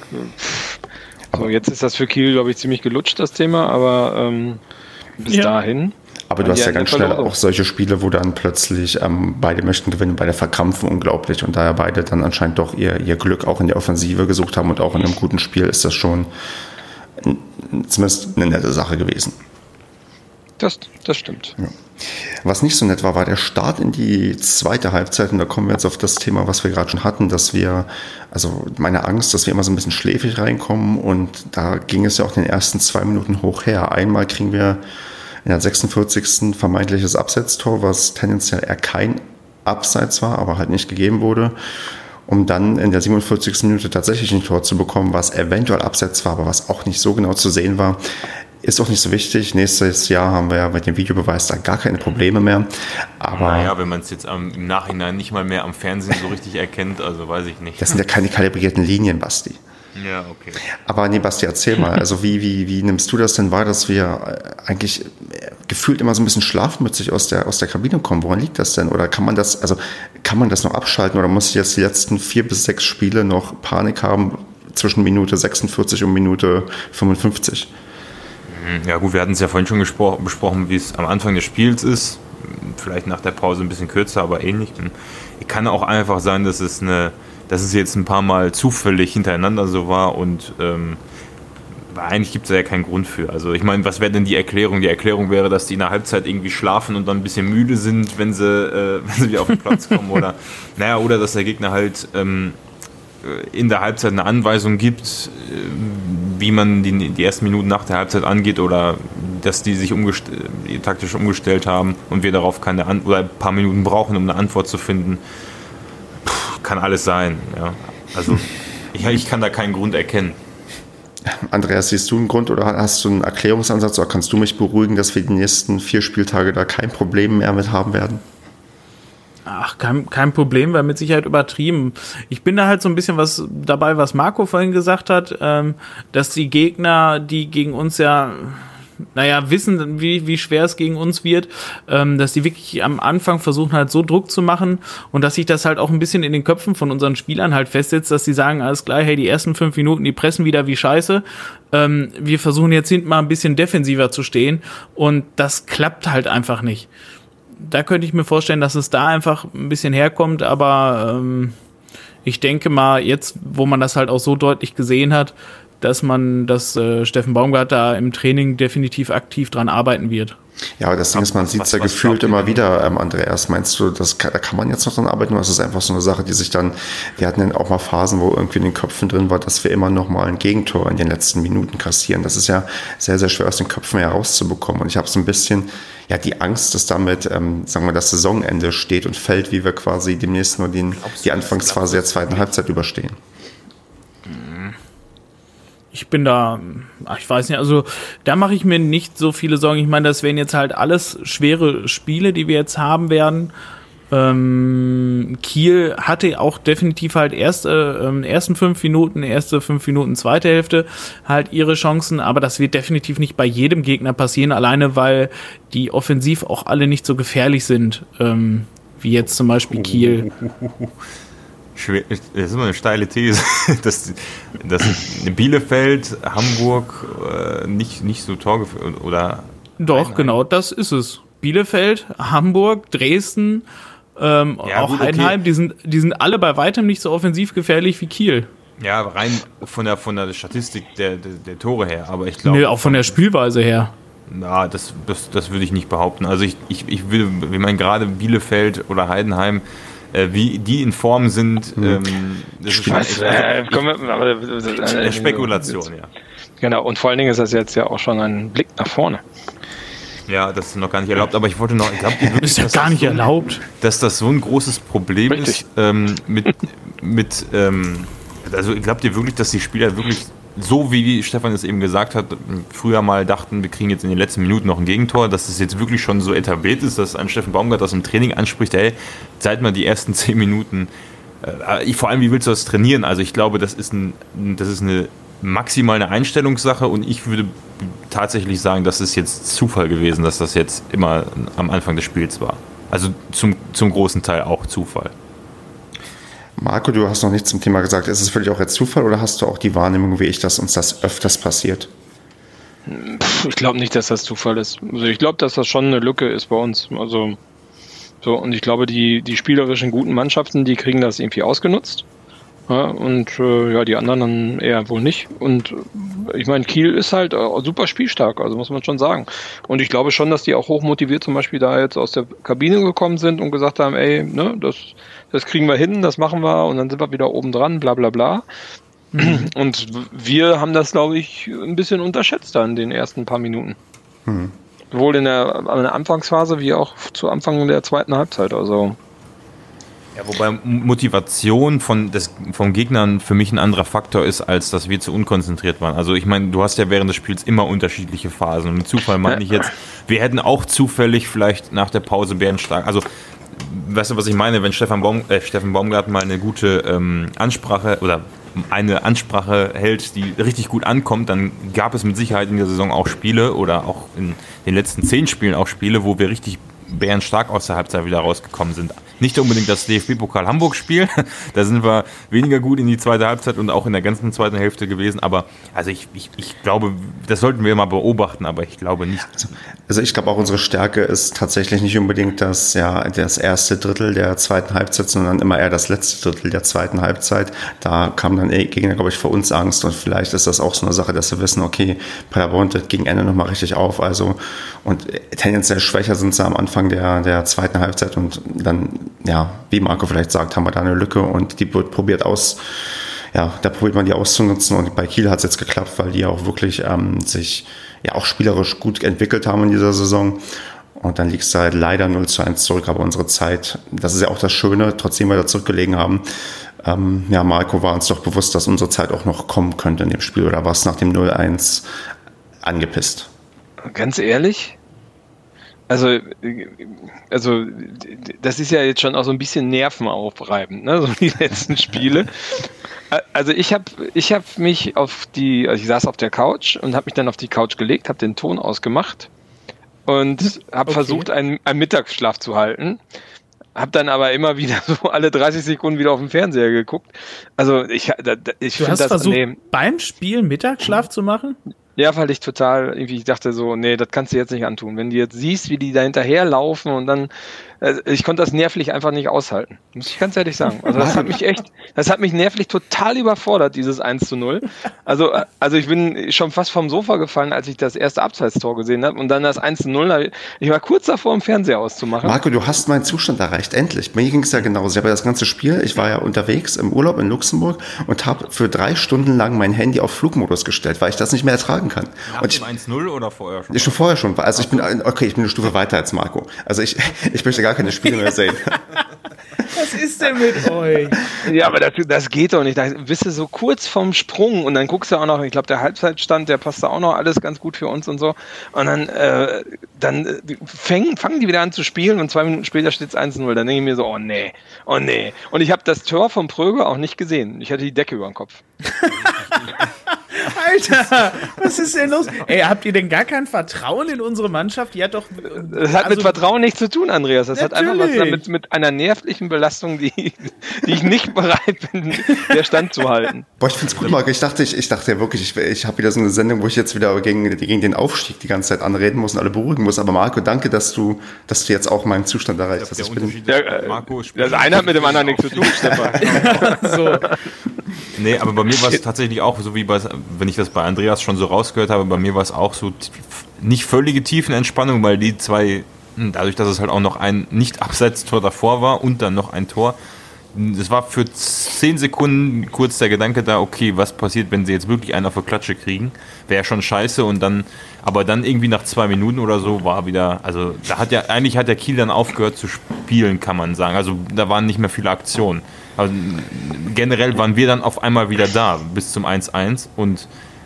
B: jetzt ist das für Kiel, glaube ich, ziemlich gelutscht, das Thema, aber bis dahin.
A: Aber du hast ja ganz schnell auch solche Spiele, wo dann plötzlich beide möchten gewinnen, beide verkrampfen unglaublich. Und da ja beide dann anscheinend doch ihr Glück auch in der Offensive gesucht haben und auch in einem guten Spiel, ist das schon zumindest eine nette Sache gewesen.
B: Das stimmt.
A: Ja. Was nicht so nett war der Start in die zweite Halbzeit. Und da kommen wir jetzt auf das Thema, was wir gerade schon hatten, meine Angst, dass wir immer so ein bisschen schläfrig reinkommen. Und da ging es ja auch in den ersten 2 Minuten hoch her. Einmal kriegen wir in der 46. vermeintliches Abseitstor, was tendenziell eher kein Abseits war, aber halt nicht gegeben wurde. Um dann in der 47. Minute tatsächlich ein Tor zu bekommen, was eventuell Abseits war, aber was auch nicht so genau zu sehen war. Ist auch nicht so wichtig. Nächstes Jahr haben wir ja mit dem Videobeweis da gar keine Probleme mehr. Aber
D: naja, wenn man es jetzt im Nachhinein nicht mal mehr am Fernsehen so richtig erkennt, also weiß ich nicht.
A: Das sind ja keine kalibrierten Linien, Basti.
D: Ja, okay.
A: Aber nee, Basti, erzähl mal. Also wie nimmst du das denn wahr, dass wir eigentlich gefühlt immer so ein bisschen schlafmützig aus der Kabine kommen? Woran liegt das denn? Oder kann man das noch abschalten? Oder muss ich jetzt die letzten 4 bis 6 Spiele noch Panik haben zwischen Minute 46 und Minute 55?
D: Ja gut, wir hatten es ja vorhin schon besprochen, wie es am Anfang des Spiels ist. vielleicht nach der Pause ein bisschen kürzer, aber ähnlich. Kann auch einfach sein, dass es jetzt ein paar Mal zufällig hintereinander so war und eigentlich gibt es ja keinen Grund für. Also ich meine, was wäre denn die Erklärung? Die Erklärung wäre, dass die in der Halbzeit irgendwie schlafen und dann ein bisschen müde sind, wenn sie wieder auf den Platz kommen. Oder dass der Gegner halt in der Halbzeit eine Anweisung gibt, wie man die ersten Minuten nach der Halbzeit angeht, oder dass die sich taktisch umgestellt haben und wir darauf oder ein paar Minuten brauchen, um eine Antwort zu finden. Kann alles sein. Ja. Also ich kann da keinen Grund erkennen.
A: Andreas, siehst du einen Grund oder hast du einen Erklärungsansatz, oder kannst du mich beruhigen, dass wir die nächsten 4 Spieltage da kein Problem mehr mit haben werden?
C: Ach, kein Problem, weil mit Sicherheit übertrieben. Ich bin da halt so ein bisschen was dabei, was Marco vorhin gesagt hat, dass die Gegner, die gegen uns wissen, wie schwer es gegen uns wird, dass die wirklich am Anfang versuchen halt so Druck zu machen und dass sich das halt auch ein bisschen in den Köpfen von unseren Spielern halt festsetzt, dass die sagen, alles klar, hey, die ersten 5 Minuten, die pressen wieder wie Scheiße, wir versuchen jetzt hinten mal ein bisschen defensiver zu stehen und das klappt halt einfach nicht. Da könnte ich mir vorstellen, dass es da einfach ein bisschen herkommt, aber ich denke mal, jetzt, wo man das halt auch so deutlich gesehen hat, dass Steffen Baumgart da im Training definitiv aktiv dran arbeiten wird.
A: Ja, aber das Ding ist, man sieht es ja gefühlt immer wieder, Andreas. Meinst du, da kann man jetzt noch dran arbeiten, oder ist das einfach so eine Sache, die sich dann, wir hatten ja auch mal Phasen, wo irgendwie in den Köpfen drin war, dass wir immer noch mal ein Gegentor in den letzten Minuten kassieren. Das ist ja sehr, sehr schwer aus den Köpfen herauszubekommen. Und ich habe so ein bisschen die Angst, dass damit, das Saisonende steht und fällt, wie wir quasi demnächst nur die Anfangsphase der zweiten Halbzeit überstehen.
C: Ich bin da, ich weiß nicht, also da mache ich mir nicht so viele Sorgen. Ich meine, das wären jetzt halt alles schwere Spiele, die wir jetzt haben werden. Kiel hatte auch definitiv halt ersten 5 Minuten, zweite Hälfte halt ihre Chancen, aber das wird definitiv nicht bei jedem Gegner passieren, alleine weil die offensiv auch alle nicht so gefährlich sind, wie jetzt zum Beispiel Kiel.
D: Das ist immer eine steile These, dass Bielefeld, Hamburg nicht so torgefährlich oder.
C: Doch, Heidenheim. Genau, das ist es. Bielefeld, Hamburg, Dresden, auch Heidenheim, okay. Die sind alle bei weitem nicht so offensiv gefährlich wie Kiel.
D: Ja, rein von der Statistik der Tore her, aber ich glaube.
C: Nee, auch von der Spielweise her.
D: Na, das würde ich nicht behaupten. Also ich meine gerade Bielefeld oder Heidenheim, wie die in Form sind, das ist Spekulation, ja.
B: Genau, und vor allen Dingen ist das jetzt ja auch schon ein Blick nach vorne.
D: Ja, das ist noch gar nicht erlaubt, aber ich wollte noch,
C: ist ja gar nicht erlaubt,
D: dass das so ein großes Problem ist, also glaubt ihr wirklich, dass die Spieler wirklich so, wie Stefan es eben gesagt hat, früher mal dachten, wir kriegen jetzt in den letzten Minuten noch ein Gegentor, dass es jetzt wirklich schon so etabliert ist, dass ein Steffen Baumgart das im Training anspricht, hey, seid mal die ersten 10 Minuten, vor allem, wie willst du das trainieren? Also ich glaube, das ist maximal eine Einstellungssache und ich würde tatsächlich sagen, das ist jetzt Zufall gewesen, dass das jetzt immer am Anfang des Spiels war. Also zum großen Teil auch Zufall.
A: Marco, du hast noch nichts zum Thema gesagt. Ist es für dich auch jetzt Zufall oder hast du auch die Wahrnehmung, wie ich, dass uns das öfters passiert?
B: Ich glaube nicht, dass das Zufall ist. Also ich glaube, dass das schon eine Lücke ist bei uns. Also so, und ich glaube, die spielerischen guten Mannschaften, die kriegen das irgendwie ausgenutzt. Ja, und die anderen dann eher wohl nicht. Und ich meine, Kiel ist halt super spielstark, also muss man schon sagen. Und ich glaube schon, dass die auch hochmotiviert zum Beispiel da jetzt aus der Kabine gekommen sind und gesagt haben, ey, ne, das kriegen wir hin, das machen wir und dann sind wir wieder oben dran, bla bla bla. Und wir haben das, glaube ich, ein bisschen unterschätzt da in den ersten paar Minuten. Sowohl in der Anfangsphase wie auch zu Anfang der zweiten Halbzeit. Also.
D: Ja, wobei Motivation vom Gegnern für mich ein anderer Faktor ist, als dass wir zu unkonzentriert waren. Also ich meine, du hast ja während des Spiels immer unterschiedliche Phasen. Und mit Zufall meine ich jetzt, wir hätten auch zufällig vielleicht nach der Pause bärenstark. Also weißt du, was ich meine? Wenn Steffen Baumgart mal eine gute Ansprache oder eine Ansprache hält, die richtig gut ankommt, dann gab es mit Sicherheit in der Saison auch Spiele oder auch in den letzten 10 Spielen auch Spiele, wo wir richtig bärenstark aus der Halbzeit wieder rausgekommen sind. nicht unbedingt das DFB-Pokal Hamburg-Spiel. Da sind wir weniger gut in die zweite Halbzeit und auch in der ganzen zweiten Hälfte gewesen. Aber also ich glaube, das sollten wir mal beobachten, aber ich glaube nicht.
A: Also ich glaube auch, unsere Stärke ist tatsächlich nicht unbedingt das erste Drittel der zweiten Halbzeit, sondern immer eher das letzte Drittel der zweiten Halbzeit. Da kam dann Gegner, glaube ich, für uns Angst, und vielleicht ist das auch so eine Sache, dass wir wissen, okay, Paderborn tritt gegen Ende nochmal richtig auf, also, und tendenziell schwächer sind sie am Anfang der zweiten Halbzeit, und dann, ja, wie Marco vielleicht sagt, haben wir da eine Lücke und die wird probiert da probiert man die auszunutzen, und bei Kiel hat es jetzt geklappt, weil die auch wirklich sich ja auch spielerisch gut entwickelt haben in dieser Saison. Und dann liegt es halt leider 0-1 zurück, aber unsere Zeit, das ist ja auch das Schöne, trotzdem wir da zurückgelegen haben. Marco, war uns doch bewusst, dass unsere Zeit auch noch kommen könnte in dem Spiel, oder war es nach dem 0-1 angepisst?
B: Ganz ehrlich? Also das ist ja jetzt schon auch so ein bisschen nervenaufreibend, ne? So die letzten Spiele. Also ich mich ich saß auf der Couch und habe mich dann auf die Couch gelegt, habe den Ton ausgemacht und habe versucht, einen Mittagsschlaf zu halten. Habe dann aber immer wieder so alle 30 Sekunden wieder auf den Fernseher geguckt. Also ich finde das... Du hast
C: versucht, beim Spiel Mittagsschlaf zu machen?
B: Ja, weil ich total irgendwie dachte so, nee, das kannst du jetzt nicht antun. Wenn du jetzt siehst, wie die da hinterherlaufen, und dann, ich konnte das nervlich einfach nicht aushalten. Muss ich ganz ehrlich sagen. Also das hat mich nervlich total überfordert, dieses 1:0. Also ich bin schon fast vom Sofa gefallen, als ich das erste Abseitstor gesehen habe, und dann das 1:0. Ich war kurz davor, im Fernseher auszumachen.
A: Marco, du hast meinen Zustand erreicht, endlich. Mir ging es ja genauso. Ich habe ja das ganze Spiel, ich war ja unterwegs im Urlaub in Luxemburg und habe für 3 Stunden lang mein Handy auf Flugmodus gestellt, weil ich das nicht mehr ertragen kann.
D: Nach dem 1:0 oder vorher schon?
A: Schon vorher schon. Also ich bin eine Stufe weiter als Marco. Also ich möchte gar keine Spiele mehr sehen.
C: Was ist denn mit euch?
B: Ja, aber das geht doch nicht. Da bist du so kurz vorm Sprung, und dann guckst du auch noch, ich glaube, der Halbzeitstand, der passt da auch noch alles ganz gut für uns und so. Und dann fangen die wieder an zu spielen, und 2 Minuten später steht es 1:0. Dann denke ich mir so, oh nee. Und ich habe das Tor von Pröger auch nicht gesehen. Ich hatte die Decke über dem Kopf.
C: Alter, was ist denn los? Ey, habt ihr denn gar kein Vertrauen in unsere Mannschaft? Die hat doch...
B: Das hat mit Vertrauen nichts zu tun, Andreas. Das hat einfach was damit mit einer nervlichen Belastung, die ich nicht bereit bin, der Stand zu halten.
A: Boah, ich find's gut, Marco. Ich dachte ja wirklich, ich habe wieder so eine Sendung, wo ich jetzt wieder gegen den Aufstieg die ganze Zeit anreden muss und alle beruhigen muss. Aber Marco, danke, dass du jetzt auch meinen Zustand erreicht hast.
B: Das eine hat mit dem anderen nichts zu tun, Stefan.
C: So.
D: Nee, aber bei mir war es tatsächlich auch so, wie wenn ich das bei Andreas schon so rausgehört habe, bei mir war es auch so nicht völlige Tiefenentspannung, weil die zwei, dadurch, dass es halt auch noch ein Nicht-Abseits-Tor davor war und dann noch ein Tor, es war für 10 Sekunden kurz der Gedanke da, okay, was passiert, wenn sie jetzt wirklich einen auf der Klatsche kriegen? Wäre schon scheiße, aber dann irgendwie nach 2 Minuten oder so war wieder, also eigentlich hat der Kiel dann aufgehört zu spielen, kann man sagen. Also da waren nicht mehr viele Aktionen. Also, generell waren wir dann auf einmal wieder da bis zum 1:1, und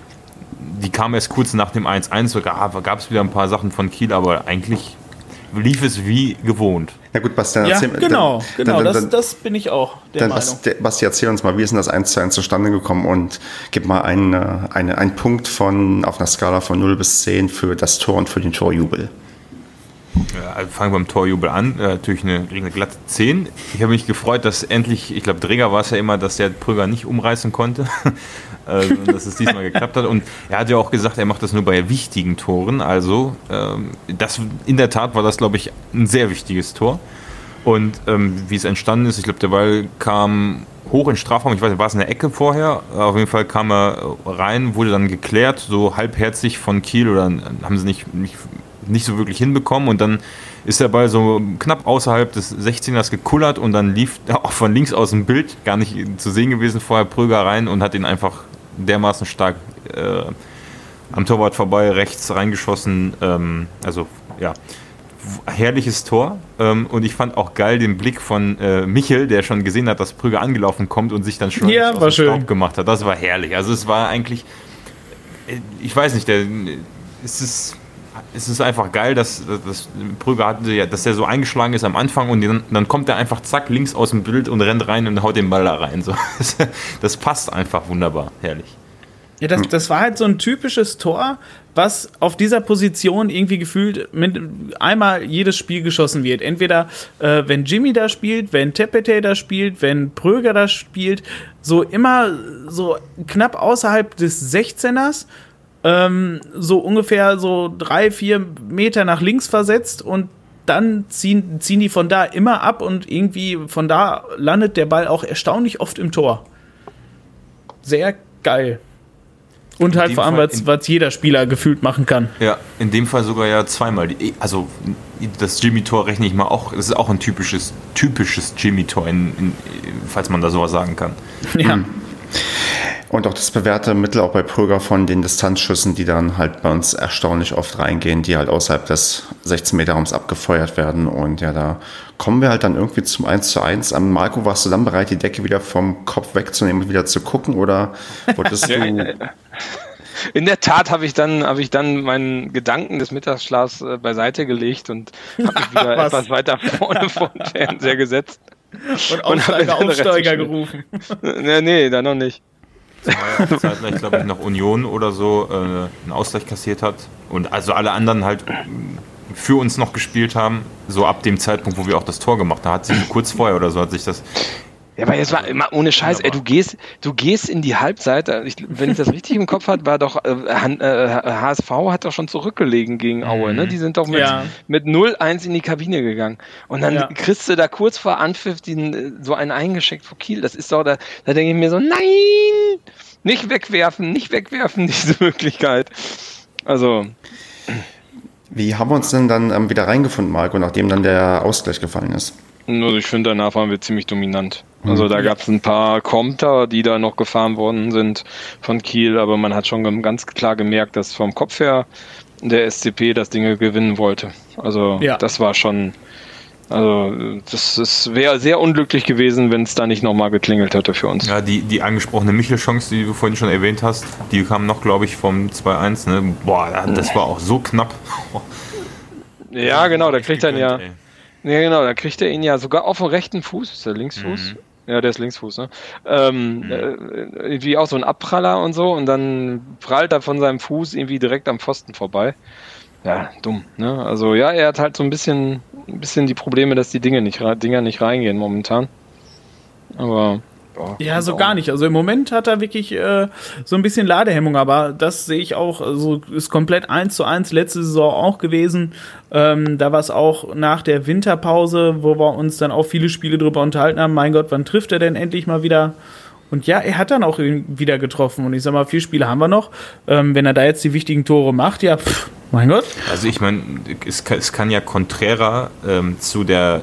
D: die kam erst kurz nach dem 1:1, sogar gab es wieder ein paar Sachen von Kiel, aber eigentlich lief es wie gewohnt.
A: Ja gut, Bastian,
C: ja, genau, das bin ich auch der Meinung.
A: Basti, erzähl uns mal, wie ist denn das 1:1 zustande gekommen, und gib mal einen Punkt auf einer Skala von 0 bis 10 für das Tor und für den Torjubel.
D: Ja, also fangen wir beim Torjubel an. Natürlich eine glatte 10. Ich habe mich gefreut, dass endlich, ich glaube, Dräger war es ja immer, dass der Pröger nicht umreißen konnte. Dass es diesmal geklappt hat. Und er hat ja auch gesagt, er macht das nur bei wichtigen Toren. Also, in der Tat war das, glaube ich, ein sehr wichtiges Tor. Und wie es entstanden ist, ich glaube, der Ball kam hoch in den Strafraum. Ich weiß nicht, war es in der Ecke vorher? Auf jeden Fall kam er rein, wurde dann geklärt, so halbherzig von Kiel, oder haben sie nicht so wirklich hinbekommen, und dann ist der Ball so knapp außerhalb des 16ers gekullert, und dann lief auch von links aus dem Bild, gar nicht zu sehen gewesen, vorher Pröger rein und hat ihn einfach dermaßen stark am Torwart vorbei rechts reingeschossen. Also ja, herrliches Tor, und ich fand auch geil den Blick von Michel, der schon gesehen hat, dass Pröger angelaufen kommt und sich dann schon aus dem Staub gemacht hat. Das war herrlich. Also es war eigentlich, ich weiß nicht, es ist einfach geil, dass Pröger hatte, dass der so eingeschlagen ist am Anfang, und dann kommt er einfach zack links aus dem Bild und rennt rein und haut den Ball da rein. So. Das passt einfach wunderbar, herrlich.
C: Ja, das war halt so ein typisches Tor, was auf dieser Position irgendwie gefühlt einmal jedes Spiel geschossen wird. Entweder wenn Jimmy da spielt, wenn Tepete da spielt, wenn Pröger da spielt, so immer so knapp außerhalb des 16ers, so ungefähr so 3-4 Meter nach links versetzt und dann ziehen die von da immer ab und irgendwie von da landet der Ball auch erstaunlich oft im Tor. Sehr geil. Und halt vor allem, was jeder Spieler gefühlt machen kann.
D: Ja, in dem Fall sogar ja zweimal. Also das Jimmy-Tor rechne ich mal auch, das ist auch ein typisches Jimmy-Tor, falls man da sowas sagen kann.
C: Ja.
A: Und auch das bewährte Mittel auch bei Pröger von den Distanzschüssen, die dann halt bei uns erstaunlich oft reingehen, die halt außerhalb des 16-Meter-Raums abgefeuert werden. Und ja, da kommen wir halt dann irgendwie zum 1:1. Marco, warst du dann bereit, die Decke wieder vom Kopf wegzunehmen und wieder zu gucken? Oder wolltest du...
B: In der Tat habe ich dann meinen Gedanken des Mittagsschlafs beiseite gelegt und habe mich wieder etwas weiter vorne vor den Fernseher gesetzt.
C: Und Aufsteiger gerufen.
B: Nee, da noch nicht.
D: Zeitgleich, glaube ich, noch Union oder so einen Ausgleich kassiert hat. Und also alle anderen halt für uns noch gespielt haben, so ab dem Zeitpunkt, wo wir auch das Tor gemacht haben. Hat sich kurz vorher oder so, hat sich das...
B: Ja, aber jetzt war immer ohne Scheiß, ey, du gehst in die Halbzeit, wenn ich das richtig im Kopf hatte, war doch HSV hat doch schon zurückgelegen gegen Aue, ne? Die sind doch mit 0-1 in die Kabine gegangen. Und dann kriegst du da kurz vor Anpfiff so einen eingeschickt vor Kiel. Das ist doch, da denke ich mir so, nein! Nicht wegwerfen, diese Möglichkeit. Also...
A: Wie haben wir uns denn dann wieder reingefunden, Marco, nachdem dann der Ausgleich gefallen ist?
B: Also ich finde, danach waren wir ziemlich dominant. Also da gab es ein paar Konter, die da noch gefahren worden sind von Kiel, aber man hat schon ganz klar gemerkt, dass vom Kopf her der SCP das Ding gewinnen wollte. Also das war schon, das wäre sehr unglücklich gewesen, wenn es da nicht nochmal geklingelt hätte für uns.
D: Ja, die angesprochene Michel-Chance, die du vorhin schon erwähnt hast, die kam noch, glaube ich, vom 2:1. Ne? Boah, das war auch so knapp.
B: Ja, genau, da kriegt er ihn ja... Ja, genau, da kriegt er ihn ja sogar auf dem rechten Fuß. Ist der Linksfuß? Ja, der ist Linksfuß, ne? Irgendwie auch so ein Abpraller und so und dann prallt er von seinem Fuß irgendwie direkt am Pfosten vorbei. Ja, dumm, ne? Also ja, er hat halt so ein bisschen die Probleme, dass die Dinger nicht reingehen momentan. Aber...
C: Ja, so gar nicht. Also im Moment hat er wirklich so ein bisschen Ladehemmung, aber das sehe ich auch, also ist komplett 1:1 letzte Saison auch gewesen. Da war es auch nach der Winterpause, wo wir uns dann auch viele Spiele drüber unterhalten haben, mein Gott, wann trifft er denn endlich mal wieder? Und ja, er hat dann auch wieder getroffen und ich sag mal, 4 Spiele haben wir noch. Wenn er da jetzt die wichtigen Tore macht, ja, mein Gott.
D: Also ich meine, es kann ja konträrer zu der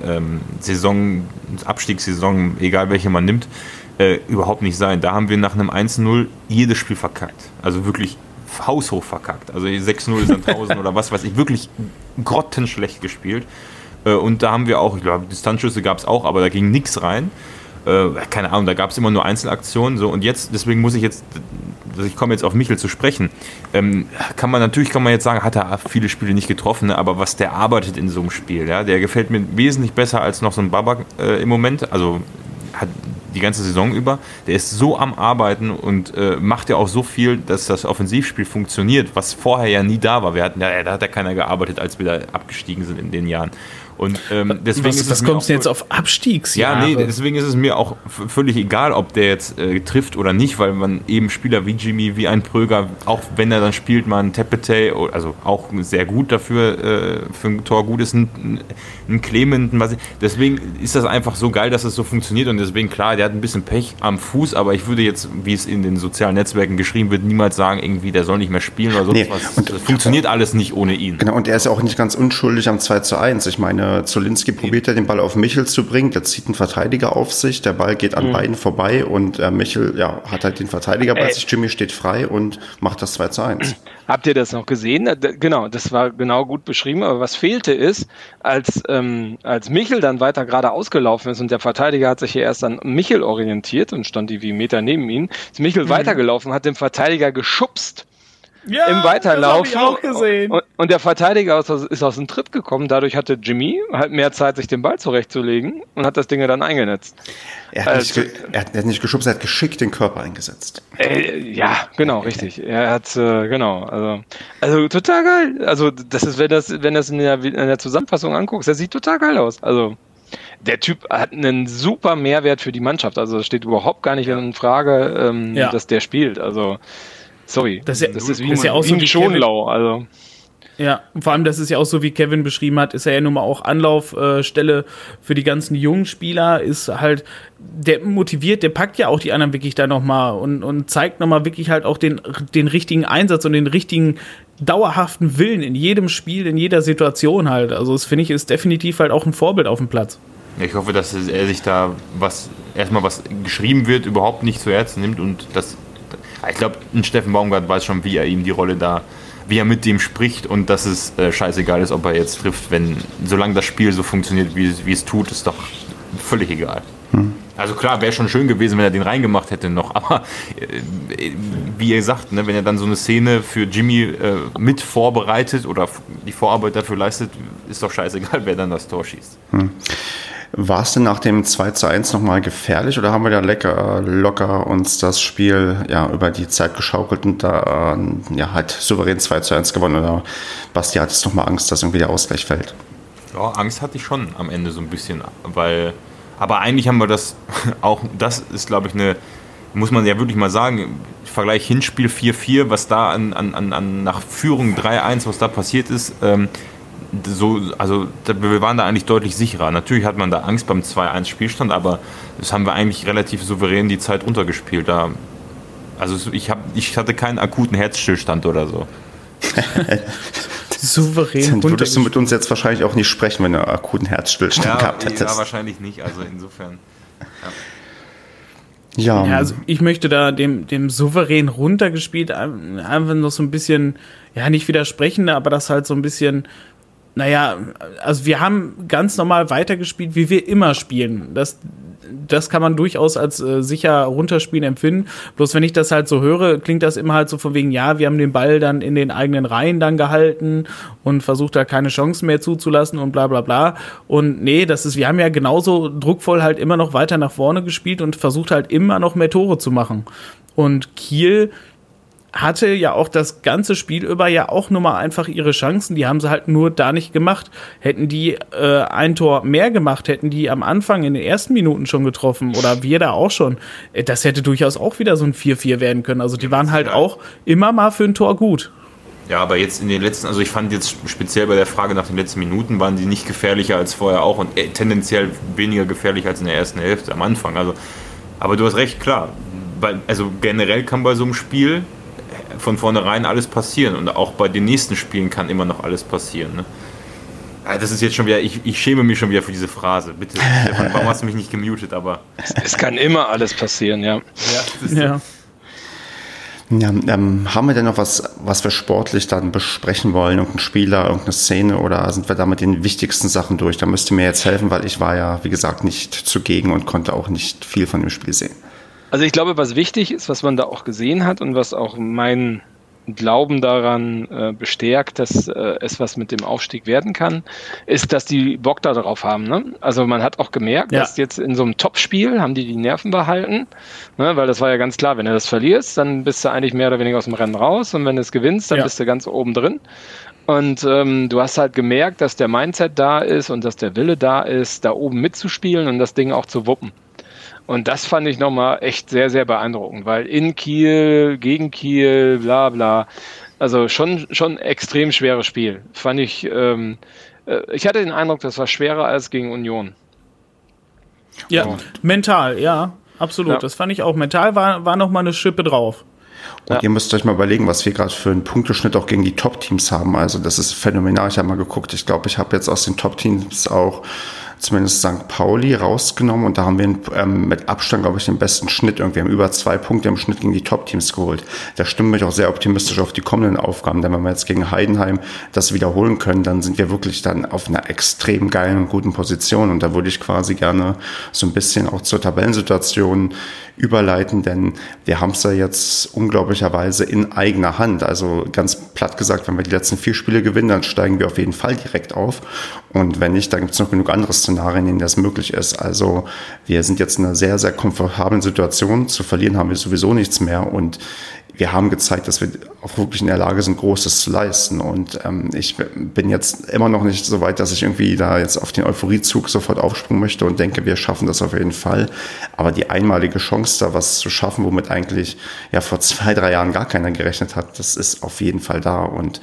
D: Abstiegssaison, egal welche man nimmt, überhaupt nicht sein. Da haben wir nach einem 1:0 jedes Spiel verkackt. Also wirklich haushoch verkackt. Also 6:0 Sandhausen oder was weiß ich, wirklich grottenschlecht gespielt. Und da haben wir auch, ich glaube, Distanzschüsse gab es auch, aber da ging nichts rein. Keine Ahnung, da gab es immer nur Einzelaktionen. So. Und jetzt, deswegen ich komme jetzt auf Michel zu sprechen, kann man jetzt sagen, hat er viele Spiele nicht getroffen, ne? Aber was der arbeitet in so einem Spiel, ja, der gefällt mir wesentlich besser als noch so ein Babak im Moment. Also hat die ganze Saison über, der ist so am Arbeiten und macht ja auch so viel, dass das Offensivspiel funktioniert, was vorher ja nie da war. Da hat ja keiner gearbeitet, als wir da abgestiegen sind in den Jahren. Und deswegen
C: was kommst du jetzt auf Abstiegsjahre?
D: Ja, nee, deswegen ist es mir auch völlig egal, ob der jetzt trifft oder nicht, weil man eben Spieler wie Jimmy, wie ein Pröger, auch wenn er dann spielt, mal ein Tepete, also auch sehr gut dafür, für ein Tor gut ist, ein Clement, deswegen ist das einfach so geil, dass es so funktioniert und deswegen, klar, der hat ein bisschen Pech am Fuß, aber ich würde jetzt, wie es in den sozialen Netzwerken geschrieben wird, niemals sagen, irgendwie, der soll nicht mehr spielen oder sonst was. Und das funktioniert alles nicht ohne ihn.
A: Genau, und er ist ja auch nicht ganz unschuldig am 2:1. Ich meine, Zulinski probiert ja den Ball auf Michel zu bringen, der zieht einen Verteidiger auf sich, der Ball geht an beiden vorbei und Michel hat halt den Verteidiger bei sich, Jimmy steht frei und macht das 2:1.
B: Habt ihr das noch gesehen? Genau, das war genau gut beschrieben, aber was fehlte ist, als Michel dann weiter gerade ausgelaufen ist und der Verteidiger hat sich hier erst an Michel orientiert und stand wie Meter neben ihm, ist Michel weitergelaufen, hat den Verteidiger geschubst. im Weiterlauf.
C: Das hab ich auch gesehen.
B: Und der Verteidiger ist aus dem Tritt gekommen. Dadurch hatte Jimmy halt mehr Zeit, sich den Ball zurechtzulegen und hat das Ding dann eingenetzt.
A: Er hat nicht geschubst, er hat geschickt den Körper eingesetzt.
B: Ja, genau, richtig. Er hat, genau. Also total geil. Also das ist, wenn das in der Zusammenfassung anguckst, das sieht total geil aus. Also der Typ hat einen super Mehrwert für die Mannschaft. Also es steht überhaupt gar nicht in Frage, dass der spielt. Also sorry,
C: das ist wie auch so
B: wie Schonlau. Also
C: ja, vor allem, das ist ja auch so, wie Kevin beschrieben hat, ist er ja nun mal auch Anlaufstelle für die ganzen jungen Spieler, ist halt, der motiviert, der packt ja auch die anderen wirklich da nochmal und zeigt nochmal wirklich halt auch den richtigen Einsatz und den richtigen dauerhaften Willen in jedem Spiel, in jeder Situation halt. Also das finde ich ist definitiv halt auch ein Vorbild auf dem Platz.
D: Ich hoffe, dass er sich da was geschrieben wird, überhaupt nicht zu Herzen nimmt und das, ich glaube, ein Steffen Baumgart weiß schon, wie er ihm die Rolle da, wie er mit dem spricht und dass es scheißegal ist, ob er jetzt trifft, solange das Spiel so funktioniert, wie es tut, ist doch völlig egal. Also klar, wäre schon schön gewesen, wenn er den reingemacht hätte noch, aber wie ihr sagt, ne, wenn er dann so eine Szene für Jimmy mit vorbereitet oder die Vorarbeit dafür leistet, ist doch scheißegal, wer dann das Tor schießt.
A: War es denn nach dem 2:1 nochmal gefährlich oder haben wir da locker uns das Spiel über die Zeit geschaukelt und da halt souverän 2:1 gewonnen? Oder Basti, hattest du nochmal Angst, dass irgendwie der Ausgleich fällt?
D: Ja, Angst hatte ich schon am Ende so ein bisschen, aber eigentlich haben wir das auch, das ist glaube ich muss man ja wirklich mal sagen, Vergleich Hinspiel 4:4, was da nach Führung 3:1, was da passiert ist, wir waren da eigentlich deutlich sicherer. Natürlich hat man da Angst beim 2:1 Spielstand, aber das haben wir eigentlich relativ souverän die Zeit runtergespielt. Ich hatte keinen akuten Herzstillstand oder so.
C: Souverän.
A: Dann würdest du mit uns jetzt wahrscheinlich auch nicht sprechen, wenn du einen akuten Herzstillstand gehabt hättest.
D: Ja, wahrscheinlich nicht. Also insofern.
C: Ja, also ich möchte da dem souverän runtergespielt einfach noch so ein bisschen, nicht widersprechen, aber das halt so ein bisschen. Also wir haben ganz normal weitergespielt, wie wir immer spielen. Das kann man durchaus als sicher runterspielen empfinden. Bloß wenn ich das halt so höre, klingt das immer halt so von wegen, wir haben den Ball dann in den eigenen Reihen dann gehalten und versucht da keine Chancen mehr zuzulassen und bla bla bla. Und nee, wir haben ja genauso druckvoll halt immer noch weiter nach vorne gespielt und versucht halt immer noch mehr Tore zu machen. Und Kiel hatte ja auch das ganze Spiel über auch nur mal einfach ihre Chancen, die haben sie halt nur da nicht gemacht. Hätten die ein Tor mehr gemacht, hätten die am Anfang in den ersten Minuten schon getroffen oder wir da auch schon, das hätte durchaus auch wieder so ein 4:4 werden können. Also die waren halt auch immer mal für ein Tor gut.
D: Ja, aber jetzt in den letzten, also ich fand jetzt speziell bei der Frage nach den letzten Minuten, waren die nicht gefährlicher als vorher auch und tendenziell weniger gefährlich als in der ersten Hälfte am Anfang. Also, aber du hast recht, klar. Also generell kann bei so einem Spiel von vornherein alles passieren und auch bei den nächsten Spielen kann immer noch alles passieren. Ne? Das ist jetzt schon wieder, ich schäme mich schon wieder für diese Phrase. Bitte, Stefan, warum hast du mich nicht gemutet? Aber
B: es kann immer alles passieren, ja.
A: Haben wir denn noch was wir sportlich dann besprechen wollen? Irgendein Spieler, irgendeine Szene oder sind wir da mit den wichtigsten Sachen durch? Da müsst ihr mir jetzt helfen, weil ich war ja, wie gesagt, nicht zugegen und konnte auch nicht viel von dem Spiel sehen.
B: Also ich glaube, was wichtig ist, was man da auch gesehen hat und was auch meinen Glauben daran bestärkt, dass es was mit dem Aufstieg werden kann, ist, dass die Bock da drauf haben. Ne? Also man hat auch gemerkt, dass jetzt in so einem Topspiel haben die Nerven behalten, ne? Weil das war ja ganz klar, wenn du das verlierst, dann bist du eigentlich mehr oder weniger aus dem Rennen raus und wenn du es gewinnst, dann bist du ganz oben drin. Und du hast halt gemerkt, dass der Mindset da ist und dass der Wille da ist, da oben mitzuspielen und das Ding auch zu wuppen. Und das fand ich nochmal echt sehr, sehr beeindruckend, weil in Kiel, gegen Kiel, bla bla, also schon extrem schweres Spiel. Fand ich, ich hatte den Eindruck, das war schwerer als gegen Union.
C: Ja, mental, absolut. Ja. Das fand ich auch. Mental war nochmal eine Schippe drauf.
A: Und ihr müsst euch mal überlegen, was wir gerade für einen Punkteschnitt auch gegen die Top-Teams haben. Also das ist phänomenal. Ich habe mal geguckt. Ich glaube, ich habe jetzt aus den Top-Teams auch zumindest St. Pauli rausgenommen und da haben wir mit Abstand, glaube ich, den besten Schnitt. Irgendwie haben über 2 Punkte im Schnitt gegen die Top-Teams geholt. Da stimmen wir auch sehr optimistisch auf die kommenden Aufgaben, denn wenn wir jetzt gegen Heidenheim das wiederholen können, dann sind wir wirklich dann auf einer extrem geilen und guten Position und da würde ich quasi gerne so ein bisschen auch zur Tabellensituation überleiten, denn wir haben es ja jetzt unglaublicherweise in eigener Hand. Also ganz platt gesagt, wenn wir die letzten 4 Spiele gewinnen, dann steigen wir auf jeden Fall direkt auf. Und wenn nicht, dann gibt es noch genug andere Szenarien, in denen das möglich ist. Also wir sind jetzt in einer sehr, sehr komfortablen Situation. Zu verlieren haben wir sowieso nichts mehr. Und wir haben gezeigt, dass wir auch wirklich in der Lage sind, Großes zu leisten. Und ich bin jetzt immer noch nicht so weit, dass ich irgendwie da jetzt auf den Euphoriezug sofort aufspringen möchte und denke, wir schaffen das auf jeden Fall. Aber die einmalige Chance, da was zu schaffen, womit eigentlich ja vor 2-3 Jahren gar keiner gerechnet hat, das ist auf jeden Fall da. Und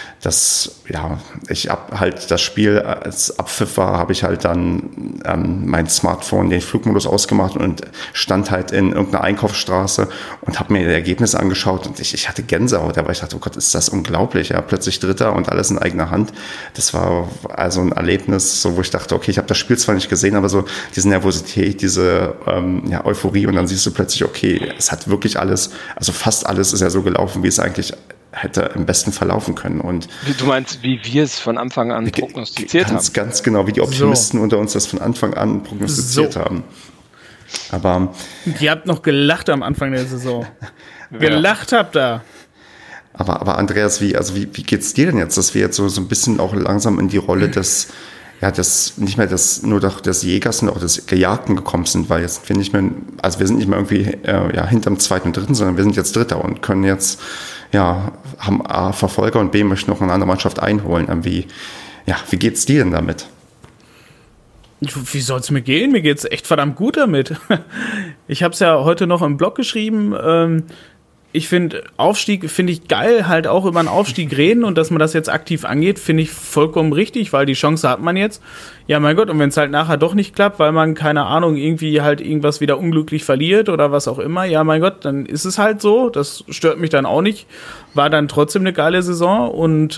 A: ich habe halt das Spiel, als Abpfiff war, habe ich halt dann mein Smartphone, den Flugmodus ausgemacht und stand halt in irgendeiner Einkaufsstraße und habe mir die Ergebnisse angeschaut und ich hatte Gänsehaut, aber ich dachte, oh Gott, ist das unglaublich, ja, plötzlich Dritter und alles in eigener Hand. Das war also ein Erlebnis, so wo ich dachte, okay, ich habe das Spiel zwar nicht gesehen, aber so diese Nervosität, diese Euphorie und dann siehst du plötzlich, okay, es hat wirklich alles, also fast alles ist ja so gelaufen, wie es eigentlich hätte im besten verlaufen können. Und
B: du meinst, wie wir es von Anfang an prognostiziert haben?
A: Ganz genau, wie die Optimisten unter uns das von Anfang an prognostiziert haben. Aber
C: ihr habt noch gelacht am Anfang der Saison. Gelacht habt ihr.
A: Aber Andreas, wie geht's dir denn jetzt, dass wir jetzt so ein bisschen auch langsam in die Rolle des nicht mehr nur des Jägers, sondern auch des Gejagten gekommen sind, weil jetzt wir nicht mehr, also wir sind nicht mehr irgendwie hinterm 2. und 3., sondern wir sind jetzt Dritter und können jetzt, haben A, Verfolger und B, möchten noch eine andere Mannschaft einholen. Wie geht's dir denn damit?
C: Wie soll's mir gehen? Mir geht's echt verdammt gut damit. Ich habe es ja heute noch im Blog geschrieben. Ich finde, Aufstieg finde ich geil, halt auch über einen Aufstieg reden und dass man das jetzt aktiv angeht, finde ich vollkommen richtig, weil die Chance hat man jetzt. Ja, mein Gott, und wenn es halt nachher doch nicht klappt, weil man, keine Ahnung, irgendwie halt irgendwas wieder unglücklich verliert oder was auch immer, ja, mein Gott, dann ist es halt so, das stört mich dann auch nicht. War dann trotzdem eine geile Saison und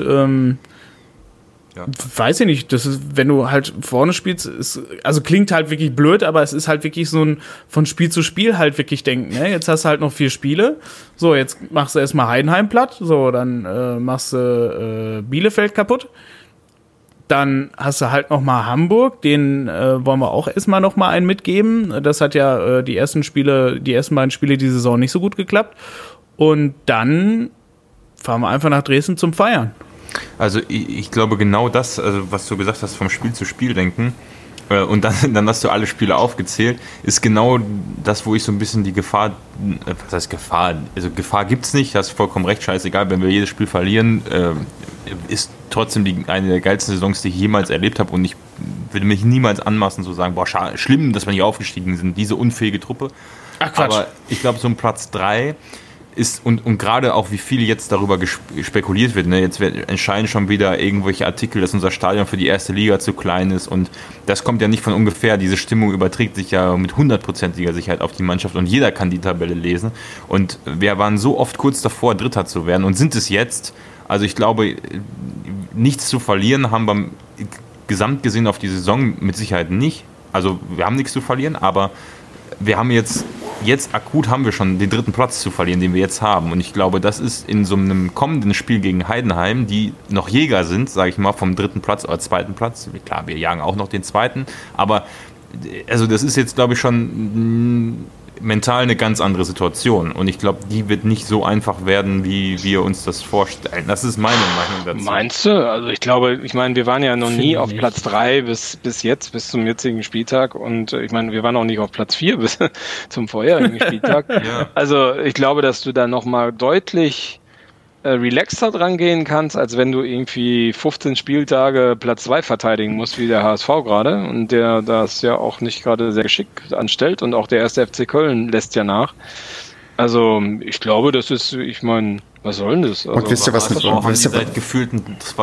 C: weiß ich nicht, das ist, wenn du halt vorne spielst, also klingt halt wirklich blöd, aber es ist halt wirklich so ein von Spiel zu Spiel halt wirklich denken, ne? Jetzt hast du halt noch 4 Spiele, so, jetzt machst du erstmal Heidenheim platt, so, dann machst du Bielefeld kaputt, dann hast du halt noch mal Hamburg, den wollen wir auch erstmal noch mal einen mitgeben, das hat ja die ersten beiden Spiele die Saison nicht so gut geklappt und dann fahren wir einfach nach Dresden zum Feiern.
D: Also ich glaube genau das, also was du gesagt hast, vom Spiel zu Spiel denken und dann hast du alle Spiele aufgezählt, ist genau das, wo ich so ein bisschen die Gefahr, was heißt Gefahr? Also Gefahr gibt's nicht, hast vollkommen recht, scheißegal, wenn wir jedes Spiel verlieren, ist trotzdem eine der geilsten Saisons, die ich jemals erlebt habe und ich würde mich niemals anmaßen zu sagen, boah, schlimm, dass wir nicht aufgestiegen sind, diese unfähige Truppe.
C: Ach Quatsch.
D: Aber ich glaube, so ein Platz 3 ist, und gerade auch wie viel jetzt darüber spekuliert wird, ne? Jetzt entscheiden schon wieder irgendwelche Artikel, dass unser Stadion für die erste Liga zu klein ist und das kommt ja nicht von ungefähr, diese Stimmung überträgt sich ja mit 100%iger Sicherheit auf die Mannschaft und jeder kann die Tabelle lesen und wir waren so oft kurz davor, Dritter zu werden und sind es jetzt, also ich glaube, nichts zu verlieren haben wir gesamt gesehen auf die Saison mit Sicherheit nicht, also wir haben nichts zu verlieren, aber wir haben jetzt akut haben wir schon den 3. Platz zu verlieren, den wir jetzt haben. Und ich glaube, das ist in so einem kommenden Spiel gegen Heidenheim, die noch Jäger sind, sage ich mal, vom 3. Platz oder 2. Platz. Klar, wir jagen auch noch den 2. Aber also das ist jetzt, glaube ich, schon mental eine ganz andere Situation. Und ich glaube, die wird nicht so einfach werden, wie wir uns das vorstellen. Das ist meine Meinung dazu.
B: Meinst du? Also ich glaube, wir waren ja noch nie auf Platz 3 bis zum jetzigen Spieltag. Und ich meine, wir waren auch nicht auf Platz 4 bis zum vorherigen Spieltag.
D: Ja.
B: Also ich glaube, dass du da nochmal deutlich relaxter dran gehen kannst, als wenn du irgendwie 15 Spieltage Platz 2 verteidigen musst, wie der HSV gerade, und der das ja auch nicht gerade sehr geschickt anstellt und auch der 1. FC Köln lässt ja nach. Also ich glaube, das ist, ich meine, was soll denn das? Also,
A: und wisst ihr, was
D: das haben die seit gefühlten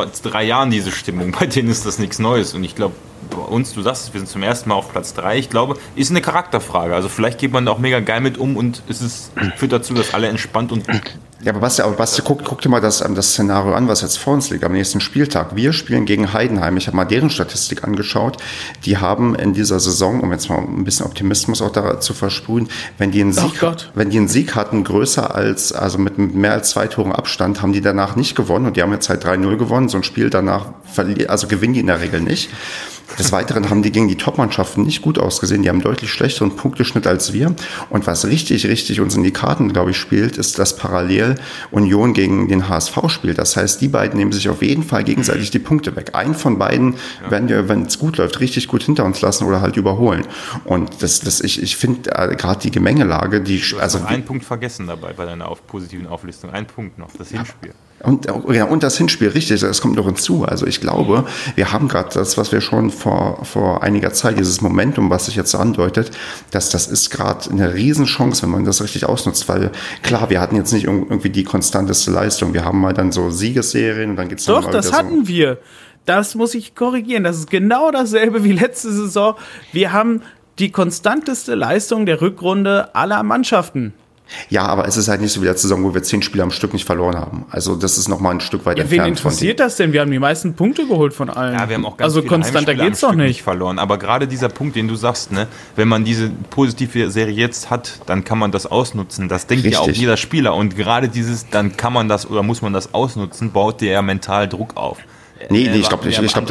D: 3 Jahren diese Stimmung, bei denen ist das nichts Neues und ich glaube, bei uns, du sagst es, wir sind zum ersten Mal auf Platz 3, ich glaube, ist eine Charakterfrage, also vielleicht geht man da auch mega geil mit um und führt dazu, dass alle entspannt und
A: ja, aber Basti, guck dir mal das Szenario an, was jetzt vor uns liegt am nächsten Spieltag. Wir spielen gegen Heidenheim. Ich habe mal deren Statistik angeschaut. Die haben in dieser Saison, um jetzt mal ein bisschen Optimismus auch da zu versprühen, wenn die einen Sieg hatten, größer also mit mehr als 2 Toren Abstand, haben die danach nicht gewonnen. Und die haben jetzt halt 3-0 gewonnen. So ein Spiel danach gewinnen die in der Regel nicht. Des Weiteren haben die gegen die Top-Mannschaften nicht gut ausgesehen. Die haben deutlich schlechteren Punkteschnitt als wir. Und was richtig uns in die Karten, glaube ich, spielt, ist, dass parallel Union gegen den HSV spielt. Das heißt, die beiden nehmen sich auf jeden Fall gegenseitig die Punkte weg. Einen von beiden werden wir, wenn es gut läuft, richtig gut hinter uns lassen oder halt überholen. Und ich finde gerade die Gemengelage,
D: einen Punkt vergessen dabei bei deiner positiven Auflistung. Ein Punkt noch, das Hinspiel.
A: Und das Hinspiel, richtig, das kommt noch hinzu. Also ich glaube, wir haben gerade das, was wir schon vor einiger Zeit, dieses Momentum, was sich jetzt so andeutet, dass das ist gerade eine Riesenchance, wenn man das richtig ausnutzt, weil klar, wir hatten jetzt nicht irgendwie die konstanteste Leistung. Wir haben mal dann so Siegesserien und dann geht's dann
C: Doch, das hatten wir. Das muss ich korrigieren. Das ist genau dasselbe wie letzte Saison. Wir haben die konstanteste Leistung der Rückrunde aller Mannschaften.
A: Ja, aber es ist halt nicht so wie letzte Saison, wo wir 10 Spiele am Stück nicht verloren haben. Also das ist nochmal ein Stück weit entfernt.
C: Wen interessiert das denn? Wir haben die meisten Punkte geholt von allen.
D: Ja, wir haben auch ganz viele
C: konstanter geht's doch nicht
D: verloren. Aber gerade dieser Punkt, den du sagst, ne, wenn man diese positive Serie jetzt hat, dann kann man das ausnutzen. Das denkt ja auch jeder Spieler. Und gerade dann kann man das oder muss man das ausnutzen, baut der mental Druck auf.
A: Nee, ich glaube,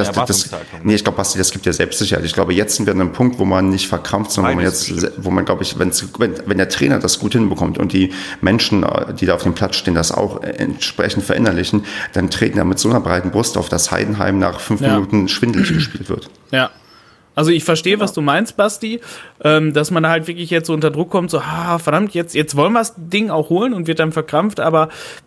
A: Basti, das gibt ja Selbstsicherheit. Ich glaube, jetzt sind wir an einem Punkt, wo man nicht verkrampft, sondern wo man, glaube ich, wenn der Trainer das gut hinbekommt und die Menschen, die da auf dem Platz stehen, das auch entsprechend verinnerlichen, dann treten da mit so einer breiten Brust auf, dass Heidenheim nach 5 Minuten schwindelig gespielt wird.
C: Ja. Also ich verstehe, was du meinst, Basti, dass man halt wirklich jetzt so unter Druck kommt, so, verdammt, jetzt wollen wir das Ding auch holen und wird dann verkrampft, aber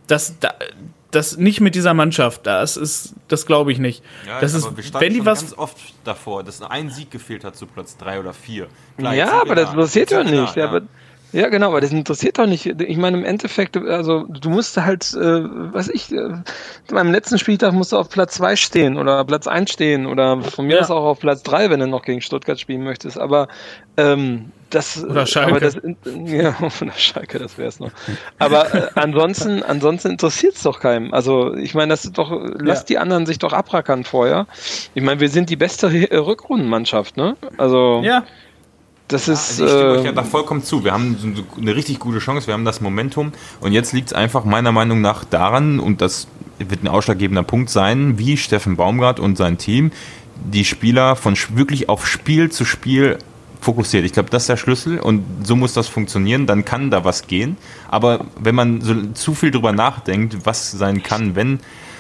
C: das nicht mit dieser Mannschaft, das glaube ich nicht.
D: Ja,
C: das ist,
D: wir standen schon ganz oft davor, dass ein Sieg gefehlt hat zu Platz 3 oder 4.
B: Klar, ja, aber das interessiert doch nicht. Ja, genau, aber das interessiert doch nicht. Ich meine, im Endeffekt, also du musst halt, beim letzten Spieltag musst du auf Platz 2 stehen oder Platz 1 stehen oder von mir aus auch auf Platz 3, wenn du noch gegen Stuttgart spielen möchtest. Aber
C: oder Schalke.
B: Oder Schalke, das wär's noch. Aber ansonsten interessiert's doch keinem. Also ich meine, das ist doch, lasst die anderen sich doch abrackern vorher. Ich meine, wir sind die beste Rückrundenmannschaft, ne? Also das ist.
D: Ich stimme euch ja da vollkommen zu. Wir haben eine richtig gute Chance, wir haben das Momentum und jetzt liegt es einfach meiner Meinung nach daran, und das wird ein ausschlaggebender Punkt sein, wie Steffen Baumgart und sein Team die Spieler von wirklich auf Spiel zu Spiel fokussiert. Ich glaube, das ist der Schlüssel und so muss das funktionieren, dann kann da was gehen. Aber wenn man so zu viel drüber nachdenkt, was sein kann, wenn,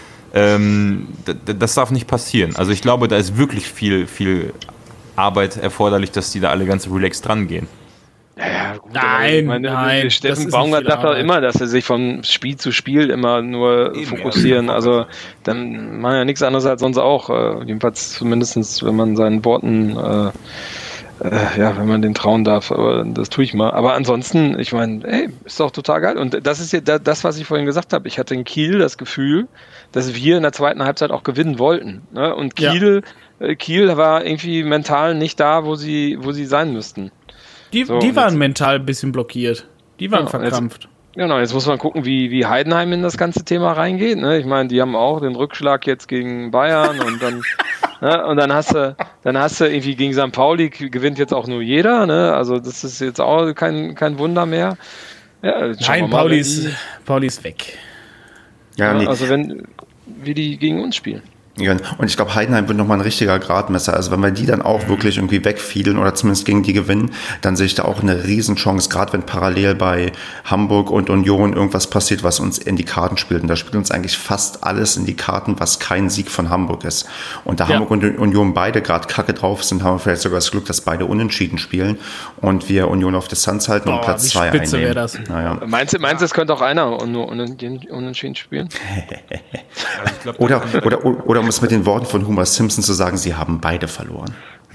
D: das darf nicht passieren. Also ich glaube, da ist wirklich viel Arbeit erforderlich, dass die da alle ganz relaxed dran gehen.
B: Ja, gut,
C: nein.
B: Steffen Baumgart sagt auch immer, dass sie sich von Spiel zu Spiel immer nur fokussieren. Also dann machen ja nichts anderes als sonst auch. Jedenfalls zumindest, wenn man seinen Worten wenn man den trauen darf, aber das tue ich mal. Aber ansonsten, ich meine, ist doch total geil. Und das ist ja das, was ich vorhin gesagt habe. Ich hatte in Kiel das Gefühl, dass wir in der zweiten Halbzeit auch gewinnen wollten. Ne? Und Kiel war irgendwie mental nicht da, wo sie sein müssten.
C: Die waren mental ein bisschen blockiert. Die waren verkrampft.
B: Jetzt muss man gucken, wie Heidenheim in das ganze Thema reingeht. Ne? Ich meine, die haben auch den Rückschlag jetzt gegen Bayern und dann und dann hast du irgendwie gegen St. Pauli gewinnt jetzt auch nur jeder. Ne? Also das ist jetzt auch kein Wunder mehr. Ja,
C: nein, Pauli ist weg.
B: Also wie die gegen uns spielen.
A: Ja, und ich glaube, Heidenheim wird nochmal ein richtiger Gradmesser. Also wenn wir die dann auch wirklich irgendwie wegfielen oder zumindest gegen die gewinnen, dann sehe ich da auch eine Riesenchance, gerade wenn parallel bei Hamburg und Union irgendwas passiert, was uns in die Karten spielt. Und da spielt uns eigentlich fast alles in die Karten, was kein Sieg von Hamburg ist. Und da Hamburg und Union beide gerade kacke drauf sind, haben wir vielleicht sogar das Glück, dass beide unentschieden spielen und wir Union auf Distanz halten und Platz 2 einnehmen.
C: Das.
A: Naja.
B: Meinst du, es könnte auch einer nur unentschieden spielen?
A: Also ich glaub, oder um es mit den Worten von Homer Simpson zu sagen, sie haben beide verloren.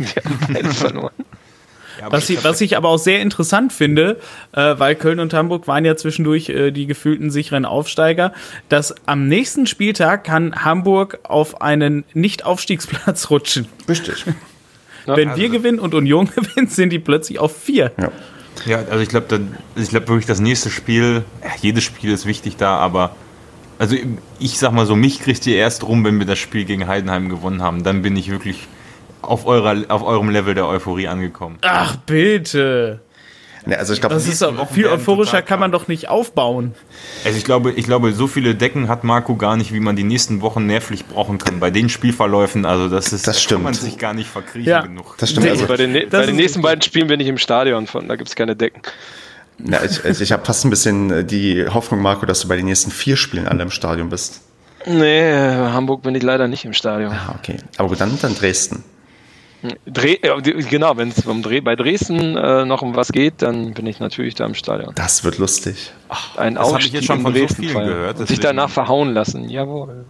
C: Was ich aber auch sehr interessant finde, weil Köln und Hamburg waren ja zwischendurch die gefühlten sicheren Aufsteiger, dass am nächsten Spieltag kann Hamburg auf einen Nicht-Aufstiegsplatz rutschen.
A: Richtig.
C: Wenn wir gewinnen und Union gewinnt, sind die plötzlich auf 4.
D: Ja, also ich glaube wirklich das nächste Spiel, jedes Spiel ist wichtig da, aber also ich sag mal so, mich kriegt ihr erst rum, wenn wir das Spiel gegen Heidenheim gewonnen haben. Dann bin ich wirklich auf eurem Level der Euphorie angekommen.
C: Ach, bitte.
A: Also ich glaube,
C: das ist viel euphorischer kann man doch nicht aufbauen.
D: Also ich glaube, so viele Decken hat Marco gar nicht, wie man die nächsten Wochen nervlich brauchen kann. Bei den Spielverläufen, also das kann man sich gar nicht verkriechen genug.
A: Das stimmt. Also,
B: bei den nächsten beiden Spielen bin ich im Stadion, da gibt es keine Decken.
A: Ja, ich habe fast ein bisschen die Hoffnung, Marco, dass du bei den nächsten 4 Spielen alle im Stadion bist.
B: Nee, Hamburg bin ich leider nicht im Stadion.
A: Okay, aber gut, dann Dresden.
B: Genau, wenn es bei Dresden noch um was geht, dann bin ich natürlich da im Stadion.
A: Das wird lustig.
B: Ein
D: das habe ich jetzt schon von so vielen gehört.
B: Und sich danach verhauen lassen, jawohl.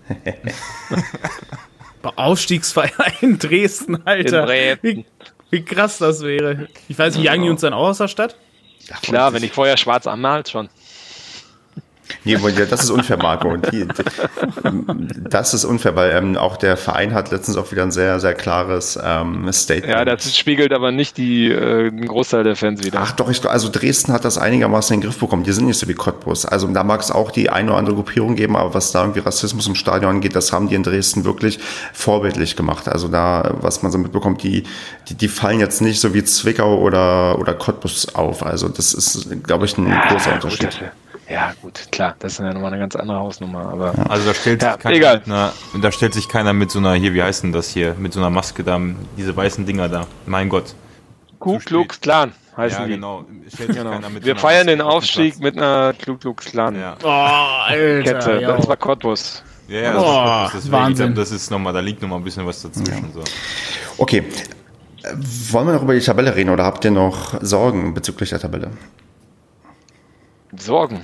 C: Aufstiegsfeier in Dresden, Alter. Wie krass das wäre. Ich weiß nicht, jagen die uns dann auch aus der Stadt?
B: Ja, klar, wenn ich vorher schwarz anmalt, schon.
A: Nee, das ist unfair, Marco. Und das ist unfair, weil auch der Verein hat letztens auch wieder ein sehr, sehr klares Statement.
B: Ja, das spiegelt aber nicht den Großteil der Fans wieder.
A: Ach doch, also Dresden hat das einigermaßen in den Griff bekommen. Die sind nicht so wie Cottbus. Also da mag es auch die eine oder andere Gruppierung geben, aber was da irgendwie Rassismus im Stadion angeht, das haben die in Dresden wirklich vorbildlich gemacht. Also da, was man so mitbekommt, die fallen jetzt nicht so wie Zwickau oder Cottbus auf. Also das ist, glaube ich, ein großer Unterschied.
B: Ja, gut, klar, das ist ja nochmal eine ganz andere Hausnummer. Aber
D: also da stellt sich keiner mit so einer, hier, wie heißt denn das hier, mit so einer Maske da, diese weißen Dinger da. Mein Gott.
B: Ku Klux Klan heißen die.
D: Genau.
B: Wir feiern den Aufstieg mit einer Ku Klux Klan.
C: Ja. Oh, Alter.
B: Kette. Das war Cottbus.
D: Ja, das ist Wahnsinn. Das ist nochmal, da liegt nochmal ein bisschen was dazwischen. Ja. So.
A: Okay. Wollen wir noch über die Tabelle reden oder habt ihr noch Sorgen bezüglich der Tabelle?
B: Sorgen,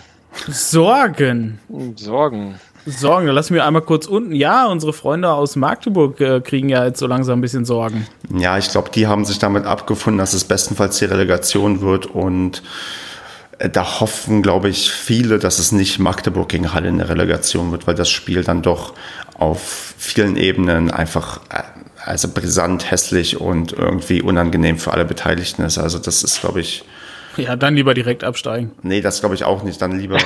C: da lassen wir einmal kurz unten. Ja, unsere Freunde aus Magdeburg kriegen ja jetzt so langsam ein bisschen Sorgen.
A: Ja, ich glaube, die haben sich damit abgefunden, dass es bestenfalls die Relegation wird und da hoffen, glaube ich, viele, dass es nicht Magdeburg gegen Halle in der Relegation wird, weil das Spiel dann doch auf vielen Ebenen einfach also brisant, hässlich und irgendwie unangenehm für alle Beteiligten ist. Also das ist, glaube ich...
C: Ja, dann lieber direkt absteigen.
A: Nee, das glaube ich auch nicht. Dann lieber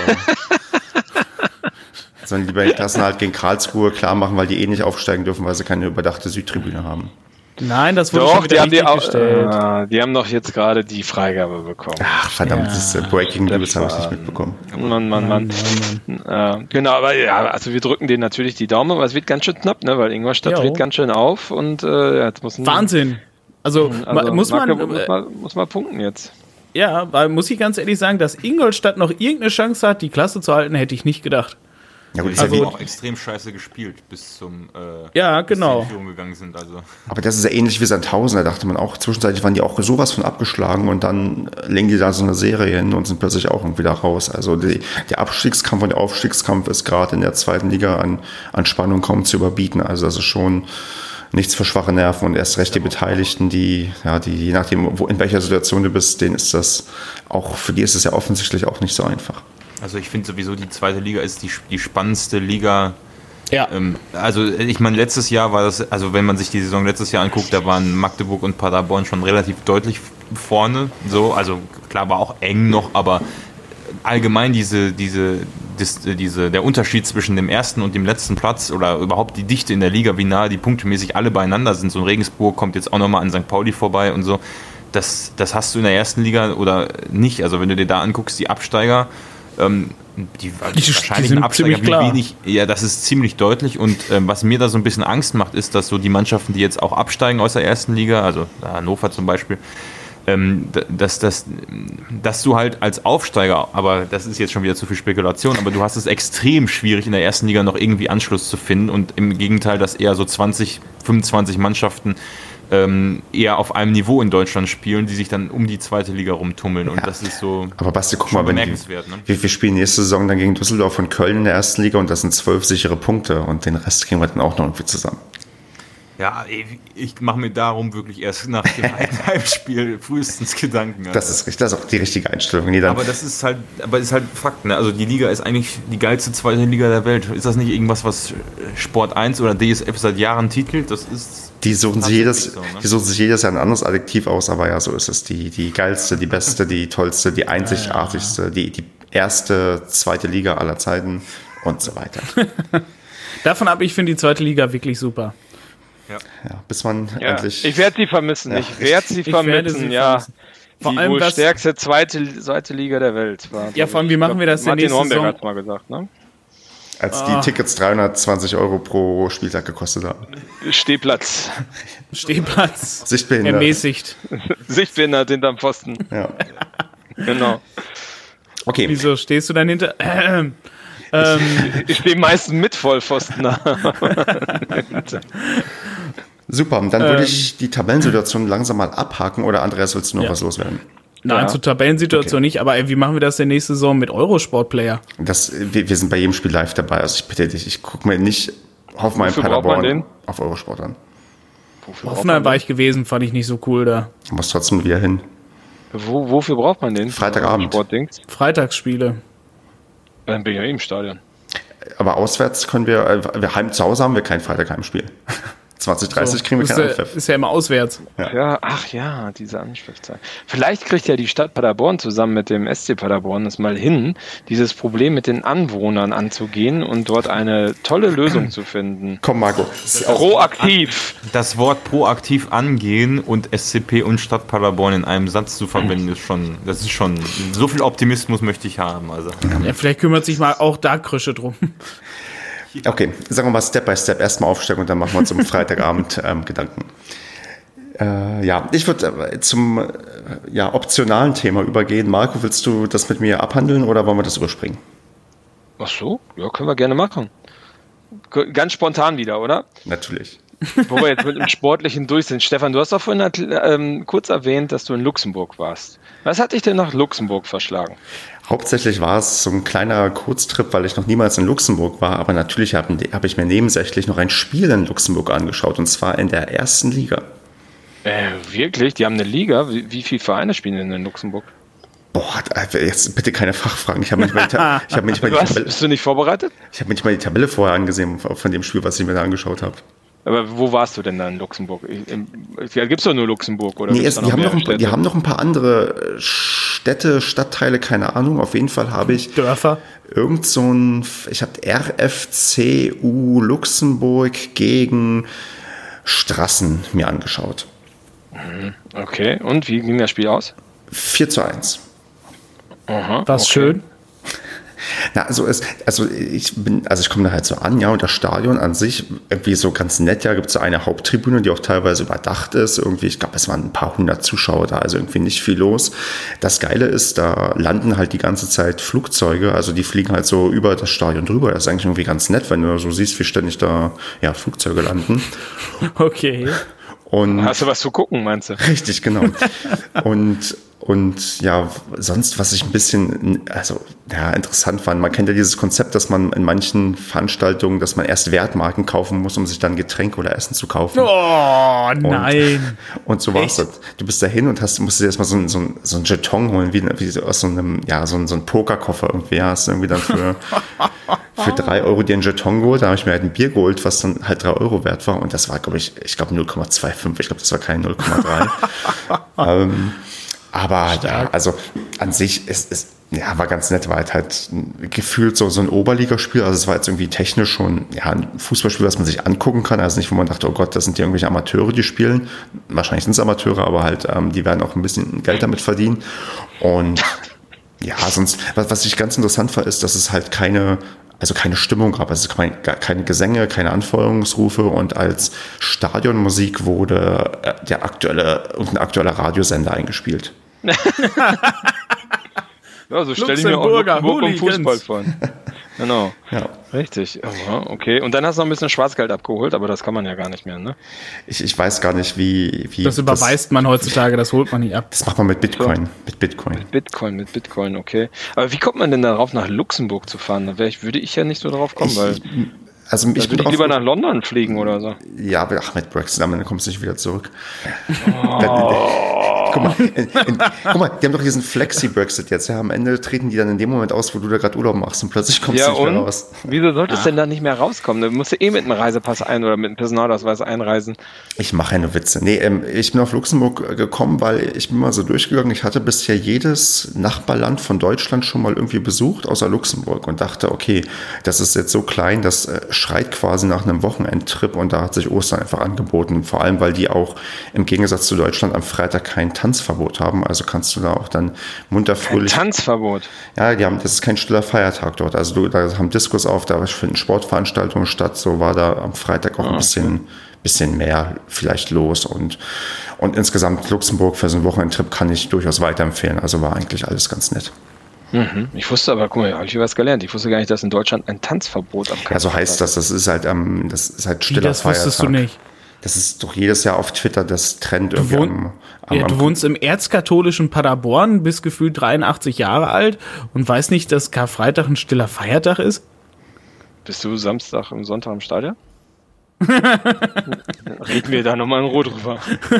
A: den Klassenerhalt gegen Karlsruhe klar machen, weil die nicht aufsteigen dürfen, weil sie keine überdachte Südtribüne haben.
C: Nein, das wurde schon wieder richtig gestellt.
B: Die haben doch jetzt gerade die Freigabe bekommen.
A: Ach, verdammt, das ist Breaking News, habe ich nicht mitbekommen.
B: Mann. Genau, aber ja, also wir drücken denen natürlich die Daumen, aber es wird ganz schön knapp, ne, weil Ingolstadt dreht ganz schön auf und jetzt muss
C: Wahnsinn. Also muss
B: man punkten jetzt.
C: Ja, weil muss ich ganz ehrlich sagen, dass Ingolstadt noch irgendeine Chance hat, die Klasse zu halten, hätte ich nicht gedacht.
D: Ja gut, die haben auch extrem scheiße gespielt, bis zum
C: genau.
D: bis die in Führung gegangen sind. Also.
A: Aber das ist ja ähnlich wie Sandhausen, da dachte man auch, zwischenzeitlich waren die auch sowas von abgeschlagen und dann legen die da so eine Serie hin und sind plötzlich auch irgendwie da raus. Also der Abstiegskampf und der Aufstiegskampf ist gerade in der zweiten Liga an Spannung kaum zu überbieten. Also das ist schon nichts für schwache Nerven und erst recht die Beteiligten, die je nachdem, in welcher Situation du bist, für die ist es ja offensichtlich auch nicht so einfach.
D: Also ich finde sowieso, die zweite Liga ist die spannendste Liga.
C: Ja.
D: Also ich meine, letztes Jahr war das, also wenn man sich die Saison letztes Jahr anguckt, da waren Magdeburg und Paderborn schon relativ deutlich vorne. So, also klar war auch eng noch, aber allgemein der Unterschied zwischen dem ersten und dem letzten Platz oder überhaupt die Dichte in der Liga, wie nah die punktemäßig alle beieinander sind. So ein Regensburg kommt jetzt auch nochmal an St. Pauli vorbei und so. Das hast du in der ersten Liga oder nicht. Also wenn du dir da anguckst, die Absteiger, die wahrscheinlichen Absteiger wie wenig, ja, das ist ziemlich deutlich und was mir da so ein bisschen Angst macht, ist, dass so die Mannschaften, die jetzt auch absteigen aus der ersten Liga, also Hannover zum Beispiel, dass du halt als Aufsteiger, aber das ist jetzt schon wieder zu viel Spekulation, aber du hast es extrem schwierig in der ersten Liga noch irgendwie Anschluss zu finden und im Gegenteil, dass eher so 20, 25 Mannschaften eher auf einem Niveau in Deutschland spielen, die sich dann um die zweite Liga rumtummeln und das ist so.
A: Aber Basti, guck mal, wir spielen nächste Saison dann gegen Düsseldorf und Köln in der ersten Liga und das sind 12 sichere Punkte und den Rest kriegen wir dann auch noch irgendwie zusammen.
D: Ja, ich mache mir darum wirklich erst nach dem Heimspiel frühestens Gedanken. Also.
A: Das ist richtig, das ist auch die richtige Einstellung.
D: Aber das ist halt Fakt, ne? Also die Liga ist eigentlich die geilste zweite Liga der Welt. Ist das nicht irgendwas, was Sport 1 oder DSF seit Jahren titelt? Das ist.
A: Die suchen sich jedes Jahr ein anderes Adjektiv aus, aber ja, so ist es. Die geilste, die beste, die tollste, die einzigartigste, die erste, zweite Liga aller Zeiten und so weiter.
C: Davon ab, ich finde die zweite Liga wirklich super.
A: Ja, bis man endlich...
B: Ich werde sie vermissen.
C: Ich werde sie vermissen.
B: Vor allem wohl stärkste zweite Liga der Welt war.
C: Ja, vor allem, wie machen wir das denn nächste Saison? Martin Hornberg
B: hat mal gesagt, ne?
A: Als die Tickets 320 € pro Spieltag gekostet haben.
B: Stehplatz.
A: Sichtbehindert.
C: Ermäßigt.
B: Sichtbehindert hinterm Pfosten.
A: Ja.
B: Genau.
A: Okay.
C: Wieso stehst du dann hinter...
B: Ich stehe meistens mit Vollpfosten da.
A: Super, dann würde ich die Tabellensituation langsam mal abhaken, oder Andreas, willst du noch was loswerden?
C: Nein, zur Tabellensituation nicht, aber wie machen wir das denn nächste Saison mit Eurosport-Player?
A: Wir sind bei jedem Spiel live dabei, also ich bitte dich, ich gucke mir nicht Hoffenheim Paderborn auf Eurosport an.
C: Hoffenheim war ich gewesen, fand ich nicht so cool da.
A: Du musst trotzdem wieder hin.
B: Wofür braucht man den?
A: Freitagabend.
C: Freitagsspiele.
B: Dann bin ich ja im Stadion.
A: Aber auswärts können wir zu Hause haben wir kein Freitagheimspiel. 2030 kriegen wir keinen Anpfiff.
C: Ist ja immer auswärts.
B: Ja, diese Anpfiffzeit. Vielleicht kriegt ja die Stadt Paderborn zusammen mit dem SC Paderborn es mal hin, dieses Problem mit den Anwohnern anzugehen und dort eine tolle Lösung zu finden.
A: Komm, Marco.
B: Proaktiv.
D: Das Wort proaktiv angehen und SCP und Stadt Paderborn in einem Satz zu verwenden, das ist schon, so viel Optimismus möchte ich haben. Also.
C: Ja, vielleicht kümmert sich mal auch da Krösche drum.
A: Okay, sagen wir mal Step by Step erstmal aufsteigen und dann machen wir uns am Freitagabend Gedanken. Ich würde zum optionalen Thema übergehen. Marco, willst du das mit mir abhandeln oder wollen wir das überspringen?
B: Ach so, ja, können wir gerne machen. Ganz spontan wieder, oder?
A: Natürlich.
B: Wo wir jetzt mit dem Sportlichen durch sind. Stefan, du hast doch vorhin kurz erwähnt, dass du in Luxemburg warst. Was hat dich denn nach Luxemburg verschlagen?
A: Hauptsächlich war es so ein kleiner Kurztrip, weil ich noch niemals in Luxemburg war. Aber natürlich habe ich mir nebensächlich noch ein Spiel in Luxemburg angeschaut. Und zwar in der ersten Liga.
B: Wirklich? Die haben eine Liga? Wie viele Vereine spielen denn in Luxemburg?
A: Boah, jetzt bitte keine Fachfragen. Bist
B: du nicht vorbereitet?
A: Ich habe mir nicht mal die Tabelle vorher angesehen von dem Spiel, was ich mir da angeschaut habe.
B: Aber wo warst du denn da in Luxemburg? Gibt es doch nur Luxemburg, oder?
A: Nee, die haben noch ein paar andere Städte, Stadtteile, keine Ahnung. Auf jeden Fall habe ich
C: Dörfer.
A: Ich habe RFCU Luxemburg gegen Strassen mir angeschaut.
B: Okay, und wie ging das Spiel aus?
A: 4:1.
C: Aha, was okay. Schön.
A: Na, ich komme da halt so an, ja, und das Stadion an sich irgendwie so ganz nett, ja, gibt es so eine Haupttribüne, die auch teilweise überdacht ist, irgendwie, ich glaube, es waren ein paar hundert Zuschauer da, also irgendwie nicht viel los. Das Geile ist, da landen halt die ganze Zeit Flugzeuge, also die fliegen halt so über das Stadion drüber, das ist eigentlich irgendwie ganz nett, wenn du so siehst, wie ständig da, ja, Flugzeuge landen.
C: Okay.
A: Und
B: hast du was zu gucken, meinst du?
A: Richtig, genau. Und ja, sonst, was ich ein bisschen interessant fand, man kennt ja dieses Konzept, dass man in manchen Veranstaltungen, dass man erst Wertmarken kaufen muss, um sich dann Getränke oder Essen zu kaufen.
C: Oh, nein.
A: Und so war es. Du bist dahin und musst dir erstmal so ein Jeton holen, wie aus so einem, ja, so ein Pokerkoffer irgendwie. Ja, hast du irgendwie dann für 3 € dir ein Jeton geholt. Da habe ich mir halt ein Bier geholt, was dann halt 3 € wert war. Und das war, glaube ich 0,25. Ich glaube, das war kein 0,3. Aber ja, also an sich war ganz nett, war halt gefühlt so ein Oberligaspiel. Also es war jetzt irgendwie technisch schon ein Fußballspiel, was man sich angucken kann. Also nicht, wo man dachte, oh Gott, das sind ja irgendwelche Amateure, die spielen. Wahrscheinlich sind es Amateure, aber halt, die werden auch ein bisschen Geld damit verdienen. Und ja, sonst, was ich ganz interessant fand, ist, dass es halt keine Stimmung gab, also keine Gesänge, keine Anfeuerungsrufe, und als Stadionmusik wurde irgendein aktueller Radiosender eingespielt.
B: Ja, so stelle ich mir auch Luxemburg im Fußball vor. Genau. Ja. Richtig. Aha, okay. Und dann hast du noch ein bisschen Schwarzgeld abgeholt, aber das kann man ja gar nicht mehr, ne?
A: Ich weiß gar nicht, wie
C: das überweist man heutzutage, das holt man nicht ab.
A: Das macht man mit Bitcoin.
B: So. Mit Bitcoin, okay. Aber wie kommt man denn darauf, nach Luxemburg zu fahren? Da würde ich ja nicht so drauf kommen, weil ich würde lieber nach London fliegen oder so.
A: Ja, aber mit Brexit, dann kommst du nicht wieder zurück.
B: Oh.
A: Guck mal, die haben doch diesen Flexi-Brexit jetzt. Ja, am Ende treten die dann in dem Moment aus, wo du da gerade Urlaub machst, und plötzlich kommst du nicht mehr raus.
B: Wieso sollte es denn da nicht mehr rauskommen? Du musst mit einem Reisepass oder mit einem Personalausweis einreisen.
A: Ich mache ja nur Witze. Nee, ich bin auf Luxemburg gekommen, weil ich bin mal so durchgegangen. Ich hatte bisher jedes Nachbarland von Deutschland schon mal irgendwie besucht, außer Luxemburg, und dachte, okay, das ist jetzt so klein, das schreit quasi nach einem Wochenendtrip, und da hat sich Ostern einfach angeboten. Vor allem, weil die auch im Gegensatz zu Deutschland am Freitag keinen Tanzverbot haben. Also kannst du da auch dann munter fröhlich...
B: Tanzverbot?
A: Ja, das ist kein stiller Feiertag dort. Also da haben Diskos auf, da finden Sportveranstaltungen statt. So war da am Freitag auch ein bisschen mehr vielleicht los. Und insgesamt Luxemburg für so einen Wochenendtrip kann ich durchaus weiterempfehlen. Also war eigentlich alles ganz nett.
B: Ich wusste aber, guck mal, habe ich was gelernt. Ich wusste gar nicht, dass in Deutschland ein Tanzverbot am Kampf
A: Ja, so heißt das. Das ist halt stiller
C: das
A: Feiertag.
C: Wusstest du nicht?
A: Das ist doch jedes Jahr auf Twitter das Trend irgendwie
C: du wohnst im erzkatholischen Paderborn, bist gefühlt 83 Jahre alt und weißt nicht, dass Karfreitag ein stiller Feiertag ist?
B: Bist du Sonntag im Stadion? Reden wir da nochmal in Ruhe drüber.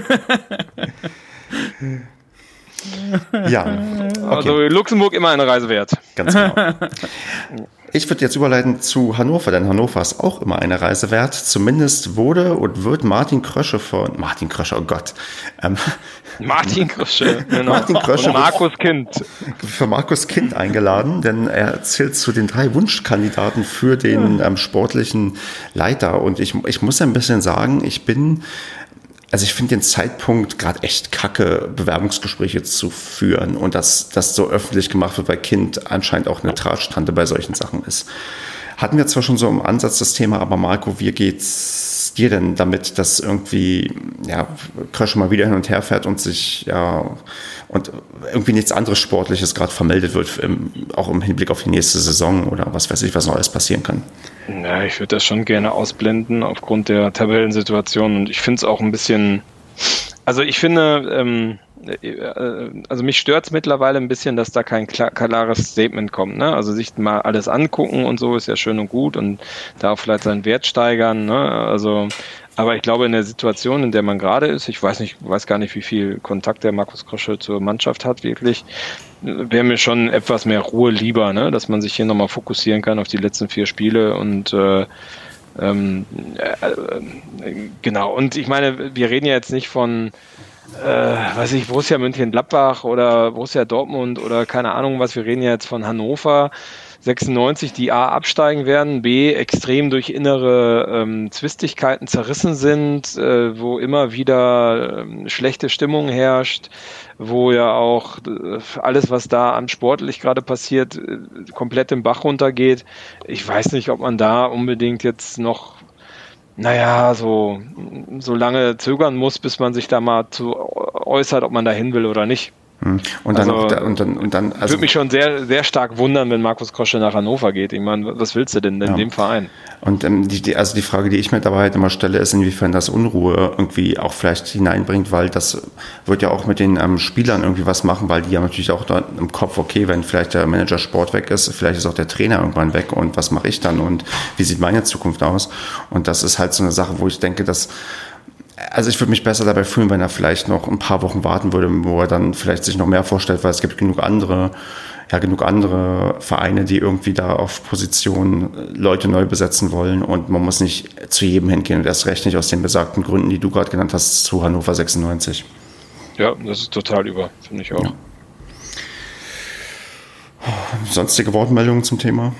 A: Ja, okay.
B: Also Luxemburg immer eine Reise wert.
A: Ganz genau. Ich würde jetzt überleiten zu Hannover, denn Hannover ist auch immer eine Reise wert. Zumindest wurde und wird Martin Krösche, oh Gott.
B: Martin Krösche, genau.
A: Martin Krösche
B: Markus Kind.
A: Für Markus Kind eingeladen, denn er zählt zu den 3 Wunschkandidaten für den sportlichen Leiter. Und ich muss ein bisschen sagen, ich finde den Zeitpunkt gerade echt kacke, Bewerbungsgespräche zu führen und dass das so öffentlich gemacht wird, weil Kind anscheinend auch eine Tratschtante bei solchen Sachen ist. Hatten wir zwar schon so im Ansatz das Thema, aber Marco, wie geht's dir denn damit, dass irgendwie Krösche mal wieder hin und her fährt und und irgendwie nichts anderes Sportliches gerade vermeldet wird, auch im Hinblick auf die nächste Saison oder was weiß ich, was noch alles passieren kann?
B: Ja, ich würde das schon gerne ausblenden aufgrund der Tabellensituation und ich finde es auch ein bisschen, also ich finde, also mich stört es mittlerweile ein bisschen, dass da kein klares Statement kommt, ne? Also sich mal alles angucken und so ist ja schön und gut und da auch vielleicht seinen Wert steigern, ne? Also, aber ich glaube in der Situation, in der man gerade ist, ich weiß gar nicht, wie viel Kontakt der Markus Krösche zur Mannschaft hat wirklich, wäre mir schon etwas mehr Ruhe lieber, ne? Dass man sich hier nochmal fokussieren kann auf die letzten 4 Spiele und genau, und ich meine, wir reden ja jetzt nicht von Borussia Mönchengladbach oder Borussia Dortmund oder keine Ahnung was, wir reden ja jetzt von Hannover 96, die A absteigen werden, B extrem durch innere Zwistigkeiten zerrissen sind, wo immer wieder schlechte Stimmung herrscht, wo ja auch alles, was da an sportlich gerade passiert, komplett im Bach runtergeht. Ich weiß nicht, ob man da unbedingt jetzt noch so lange zögern muss, bis man sich da mal zu äußert, ob man da hin will oder nicht.
A: Und dann,
B: würde mich schon sehr, sehr stark wundern, wenn Markus Krösche nach Hannover geht. Ich meine, was willst du denn in dem Verein?
A: Und die Frage, die ich mir dabei halt immer stelle, ist, inwiefern das Unruhe irgendwie auch vielleicht hineinbringt, weil das wird ja auch mit den Spielern irgendwie was machen, weil die haben natürlich auch da im Kopf, okay, wenn vielleicht der Manager Sport weg ist, vielleicht ist auch der Trainer irgendwann weg und was mache ich dann und wie sieht meine Zukunft aus? Und das ist halt so eine Sache, wo ich denke, also ich würde mich besser dabei fühlen, wenn er vielleicht noch ein paar Wochen warten würde, wo er dann vielleicht sich noch mehr vorstellt, weil es gibt genug andere Vereine, die irgendwie da auf Position Leute neu besetzen wollen und man muss nicht zu jedem hingehen und erst recht nicht aus den besagten Gründen, die du gerade genannt hast, zu Hannover 96.
B: Ja, das ist total finde ich auch. Ja.
A: Sonstige Wortmeldungen zum Thema?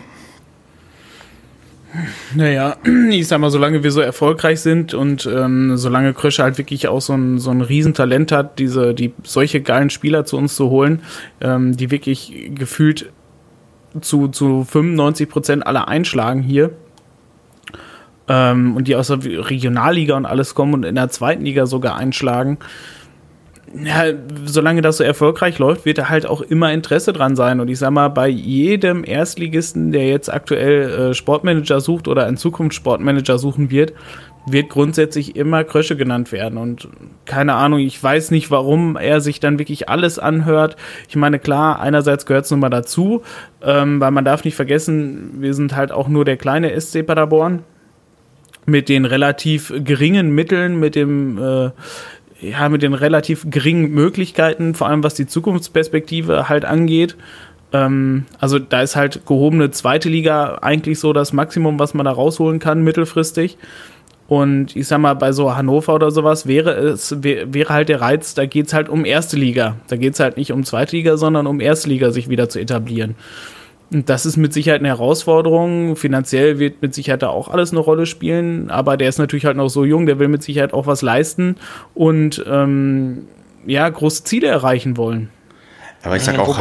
C: Naja, ich sag mal, solange wir so erfolgreich sind und solange Krösche halt wirklich auch so ein Riesentalent hat, solche geilen Spieler zu uns zu holen, die wirklich gefühlt zu 95% alle einschlagen hier und die aus der Regionalliga und alles kommen und in der 2. Liga sogar einschlagen. Ja, solange das so erfolgreich läuft, wird da halt auch immer Interesse dran sein. Und ich sag mal, bei jedem Erstligisten, der jetzt aktuell Sportmanager sucht oder in Zukunft Sportmanager suchen wird grundsätzlich immer Krösche genannt werden. Und keine Ahnung, ich weiß nicht, warum er sich dann wirklich alles anhört. Ich meine, klar, einerseits gehört es nun mal dazu, weil man darf nicht vergessen, wir sind halt auch nur der kleine SC Paderborn mit den relativ geringen Mitteln, mit den relativ geringen Möglichkeiten, vor allem was die Zukunftsperspektive halt angeht. Also da ist halt gehobene 2. Liga eigentlich so das Maximum, was man da rausholen kann mittelfristig. Und ich sag mal, bei so Hannover oder sowas wäre halt der Reiz, da geht's halt um 1. Liga. Da geht's halt nicht um 2. Liga, sondern um 1. Liga sich wieder zu etablieren. Und das ist mit Sicherheit eine Herausforderung. Finanziell wird mit Sicherheit da auch alles eine Rolle spielen. Aber der ist natürlich halt noch so jung, der will mit Sicherheit auch was leisten. Und große Ziele erreichen wollen.
A: Aber ich sag auch...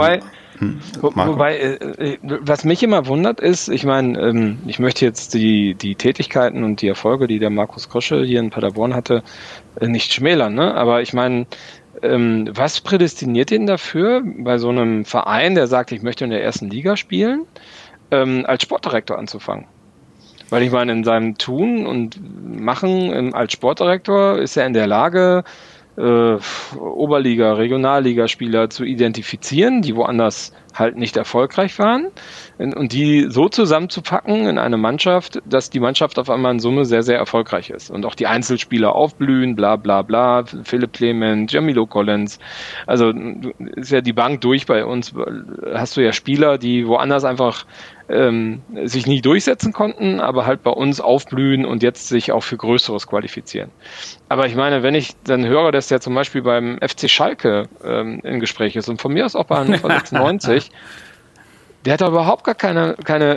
B: Wobei, was mich immer wundert ist, ich meine, ich möchte jetzt die Tätigkeiten und die Erfolge, die der Markus Krösche hier in Paderborn hatte, nicht schmälern, ne? Aber ich meine, was prädestiniert ihn dafür, bei so einem Verein, der sagt, ich möchte in der ersten Liga spielen, als Sportdirektor anzufangen? Weil ich meine, in seinem Tun und Machen als Sportdirektor ist er in der Lage, Oberliga, Regionalligaspieler zu identifizieren, die woanders halt nicht erfolgreich waren und die so zusammenzupacken in eine Mannschaft, dass die Mannschaft auf einmal in Summe sehr, sehr erfolgreich ist und auch die Einzelspieler aufblühen, bla bla bla, Philipp Clement, Jamilo Collins, also ist ja die Bank durch bei uns, hast du ja Spieler, die woanders einfach sich nie durchsetzen konnten, aber halt bei uns aufblühen und jetzt sich auch für Größeres qualifizieren. Aber ich meine, wenn ich dann höre, dass der zum Beispiel beim FC Schalke im Gespräch ist und von mir aus auch bei Hannover 96, der hat überhaupt gar keine,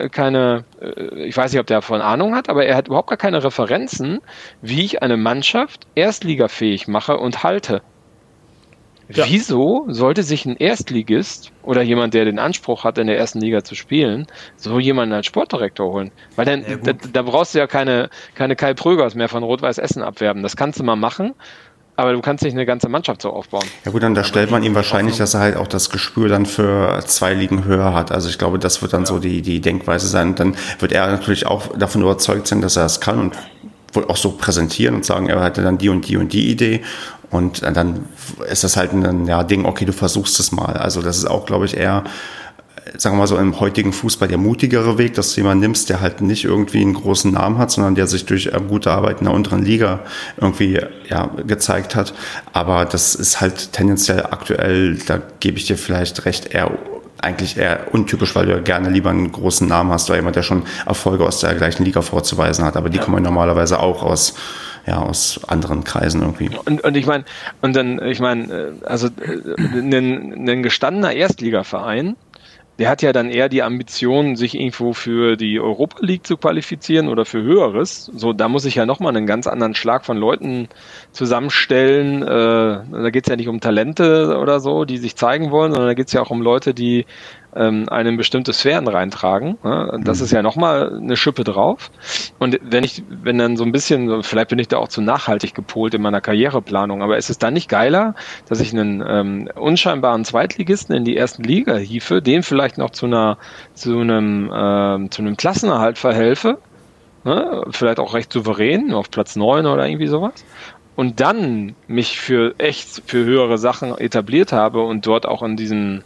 B: ich weiß nicht, ob der davon Ahnung hat, aber er hat überhaupt gar keine Referenzen, wie ich eine Mannschaft erstligafähig mache und halte. Ja. Wieso sollte sich ein Erstligist oder jemand, der den Anspruch hat, in der ersten Liga zu spielen, so jemanden als Sportdirektor holen? Weil dann, da brauchst du ja keine Kai Prögers mehr von Rot-Weiß Essen abwerben. Das kannst du mal machen, aber du kannst nicht eine ganze Mannschaft so aufbauen.
A: Ja gut, dann da stellt man ihm wahrscheinlich, dass er halt auch das Gespür dann für 2 Ligen höher hat. Also ich glaube, das wird dann so die Denkweise sein. Und dann wird er natürlich auch davon überzeugt sein, dass er es kann und wohl auch so präsentieren und sagen, er hatte dann die und die und die Idee. Und dann ist das halt ein Ding, okay, du versuchst es mal. Also das ist auch, glaube ich, eher, sagen wir mal so, im heutigen Fußball der mutigere Weg, dass du jemanden nimmst, der halt nicht irgendwie einen großen Namen hat, sondern der sich durch gute Arbeit in der unteren Liga irgendwie gezeigt hat. Aber das ist halt tendenziell aktuell, da gebe ich dir vielleicht recht, eigentlich eher untypisch, weil du ja gerne lieber einen großen Namen hast, oder jemand, der schon Erfolge aus der gleichen Liga vorzuweisen hat. Aber die kommen normalerweise auch aus anderen Kreisen irgendwie.
B: Und ich meine, also ein gestandener Erstligaverein, der hat ja dann eher die Ambition, sich irgendwo für die Europa League zu qualifizieren oder für Höheres. So, da muss ich ja nochmal einen ganz anderen Schlag von Leuten zusammenstellen. Da geht es ja nicht um Talente oder so, die sich zeigen wollen, sondern da geht es ja auch um Leute, die einen bestimmte Sphären reintragen. Das ist ja nochmal eine Schippe drauf. Und wenn dann so ein bisschen, vielleicht bin ich da auch zu nachhaltig gepolt in meiner Karriereplanung, aber ist es dann nicht geiler, dass ich einen unscheinbaren Zweitligisten in die ersten Liga hiefe, den vielleicht noch zu einem Klassenerhalt verhelfe, ne? Vielleicht auch recht souverän, auf Platz 9 oder irgendwie sowas, und dann mich für höhere Sachen etabliert habe und dort auch in diesem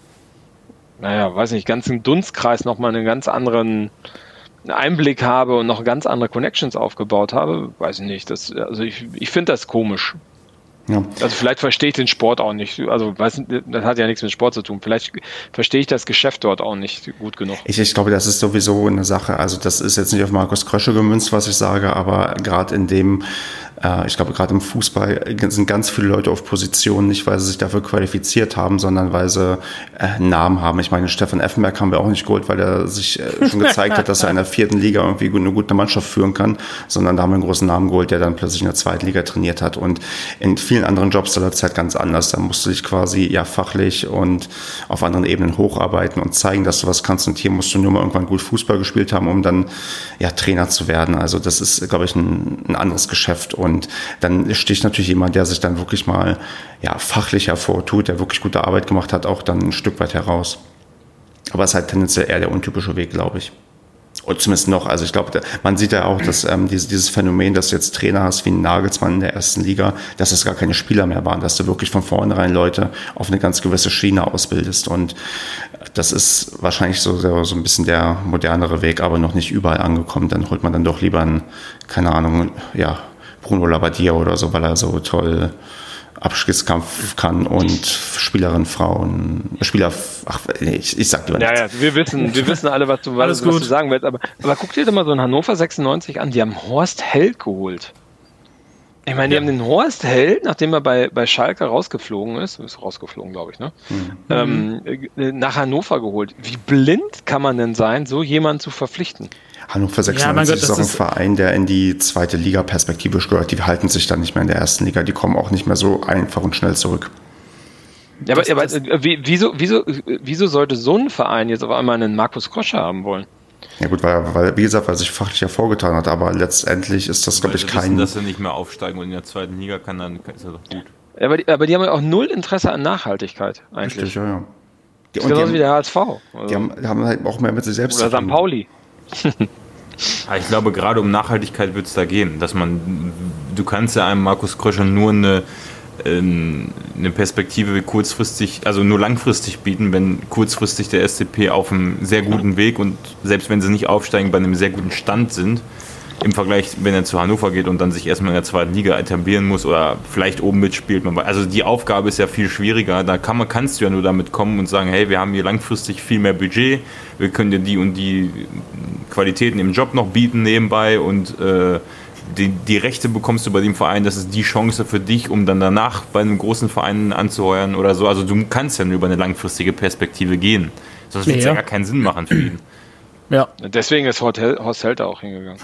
B: ganzen Dunstkreis nochmal einen ganz anderen Einblick habe und noch ganz andere Connections aufgebaut habe, weiß ich nicht. Ich finde das komisch. Ja. Also vielleicht verstehe ich den Sport auch nicht. Also das hat ja nichts mit Sport zu tun. Vielleicht verstehe ich das Geschäft dort auch nicht gut genug.
A: Ich glaube, das ist sowieso eine Sache. Also das ist jetzt nicht auf Markus Krösche gemünzt, was ich sage, aber gerade ich glaube, gerade im Fußball sind ganz viele Leute auf Positionen, nicht weil sie sich dafür qualifiziert haben, sondern weil sie einen Namen haben. Ich meine, Stefan Effenberg haben wir auch nicht geholt, weil er sich schon gezeigt hat, dass er in der 4. Liga irgendwie eine gute Mannschaft führen kann, sondern da haben wir einen großen Namen geholt, der dann plötzlich in der 2. Liga trainiert hat. Und in vielen anderen Jobs, da läuft es halt ganz anders. Da musst du dich quasi fachlich und auf anderen Ebenen hocharbeiten und zeigen, dass du was kannst. Und hier musst du nur mal irgendwann gut Fußball gespielt haben, um dann Trainer zu werden. Also das ist, glaube ich, ein anderes Geschäft. Und dann sticht natürlich jemand, der sich dann wirklich mal fachlich hervortut, der wirklich gute Arbeit gemacht hat, auch dann ein Stück weit heraus. Aber es ist halt tendenziell eher der untypische Weg, glaube ich. Und zumindest noch, also ich glaube, man sieht ja auch, dass dieses Phänomen, dass du jetzt Trainer hast wie ein Nagelsmann in der 1. Liga, dass es gar keine Spieler mehr waren, dass du wirklich von vornherein Leute auf eine ganz gewisse Schiene ausbildest. Und das ist wahrscheinlich so ein bisschen der modernere Weg, aber noch nicht überall angekommen. Dann holt man dann doch lieber einen, keine Ahnung, Bruno Labbadia oder so, weil er so toll Abstiegskampf kann und Spielerinnen, Frauen, Spieler, ich sag lieber nichts.
B: Ja, wir wissen alle, was du sagen willst, aber guck dir doch mal so ein Hannover 96 an, die haben Horst Held geholt. Ich meine, die haben den Horst Held, nachdem er bei Schalke rausgeflogen ist rausgeflogen, glaube ich, ne? Nach Hannover geholt. Wie blind kann man denn sein, so jemanden zu verpflichten?
A: Hannover 96 ist auch ein Verein, der in die 2. Liga perspektivisch gehört. Die halten sich dann nicht mehr in der 1. Liga. Die kommen auch nicht mehr so einfach und schnell zurück.
B: Ja, aber wieso sollte so ein Verein jetzt auf einmal einen Markus Krösche haben wollen?
A: Ja gut, weil wie gesagt, weil sich fachlich hervorgetan hat, aber letztendlich ist das, glaube ich, kein...
D: dass sie nicht mehr aufsteigen und in der zweiten Liga kann, dann ist das doch gut.
B: Aber die haben ja auch null Interesse an Nachhaltigkeit eigentlich.
A: Richtig, ja.
B: Das ist genauso wie der HSV. Also.
A: Die haben halt auch mehr mit sich selbst
B: oder St. Pauli.
D: Ich glaube, gerade um Nachhaltigkeit wird es da gehen, dass du kannst ja einem Markus Krösche nur eine Perspektive kurzfristig, also nur langfristig bieten, wenn kurzfristig der SCP auf einem sehr guten Weg und selbst wenn sie nicht aufsteigen, bei einem sehr guten Stand sind, im Vergleich, wenn er zu Hannover geht und dann sich erstmal in der zweiten Liga etablieren muss oder vielleicht oben mitspielt. Also die Aufgabe ist ja viel schwieriger. Da kannst du ja nur damit kommen und sagen, hey, wir haben hier langfristig viel mehr Budget, wir können dir die und die Qualitäten im Job noch bieten nebenbei und die Rechte bekommst du bei dem Verein, das ist die Chance für dich, um dann danach bei einem großen Verein anzuheuern oder so. Also du kannst ja nur über eine langfristige Perspektive gehen. Sonst wird es ja gar keinen Sinn machen für ihn.
B: Ja. Deswegen ist Horst Helter auch hingegangen.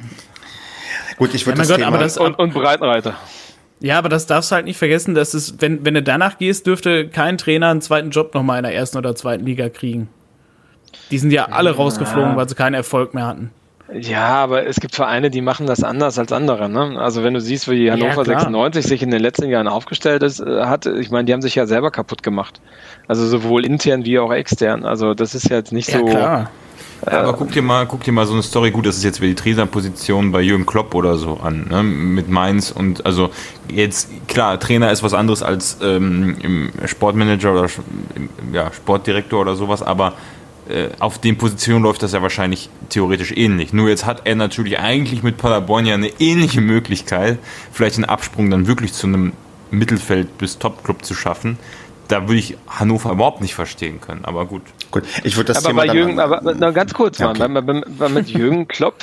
A: Gut, ich würde
B: und Breitenreiter.
C: Ja, aber das darfst du halt nicht vergessen, dass es, wenn du danach gehst, dürfte kein Trainer einen zweiten Job nochmal in der ersten oder zweiten Liga kriegen. Die sind ja alle rausgeflogen, weil sie keinen Erfolg mehr hatten.
B: Ja, aber es gibt Vereine, die machen das anders als andere. Ne? Also wenn du siehst, wie Hannover 96 sich in den letzten Jahren aufgestellt hat, ich meine, die haben sich ja selber kaputt gemacht. Also sowohl intern wie auch extern. Also das ist ja jetzt nicht so...
C: Klar.
D: Aber guck dir mal so eine Story, gut, das ist jetzt wieder die Trainerposition bei Jürgen Klopp oder so an, ne, mit Mainz und also jetzt, klar, Trainer ist was anderes als im Sportmanager oder Sportdirektor oder sowas, aber auf den Positionen läuft das ja wahrscheinlich theoretisch ähnlich. Nur jetzt hat er natürlich eigentlich mit Paderborn ja eine ähnliche Möglichkeit, vielleicht einen Absprung dann wirklich zu einem Mittelfeld bis Top-Club zu schaffen. Da würde ich Hannover überhaupt nicht verstehen können, aber gut.
A: Ich würde das
B: aber
A: Thema
B: aber ganz kurz,
A: ja, okay.
B: weil mit Jürgen Klopp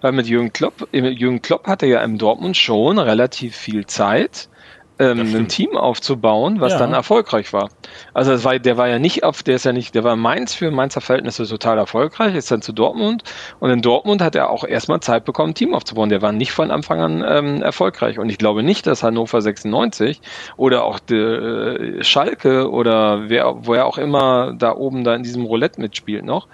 B: hatte ja in Dortmund schon relativ viel Zeit, ein Team aufzubauen, was dann erfolgreich war. Also der war in Mainz für Mainzer Verhältnisse total erfolgreich, ist dann zu Dortmund und in Dortmund hat er auch erstmal Zeit bekommen, ein Team aufzubauen. Der war nicht von Anfang an erfolgreich und ich glaube nicht, dass Hannover 96 oder auch Schalke oder woher auch immer da oben da in diesem Roulette mitspielt noch,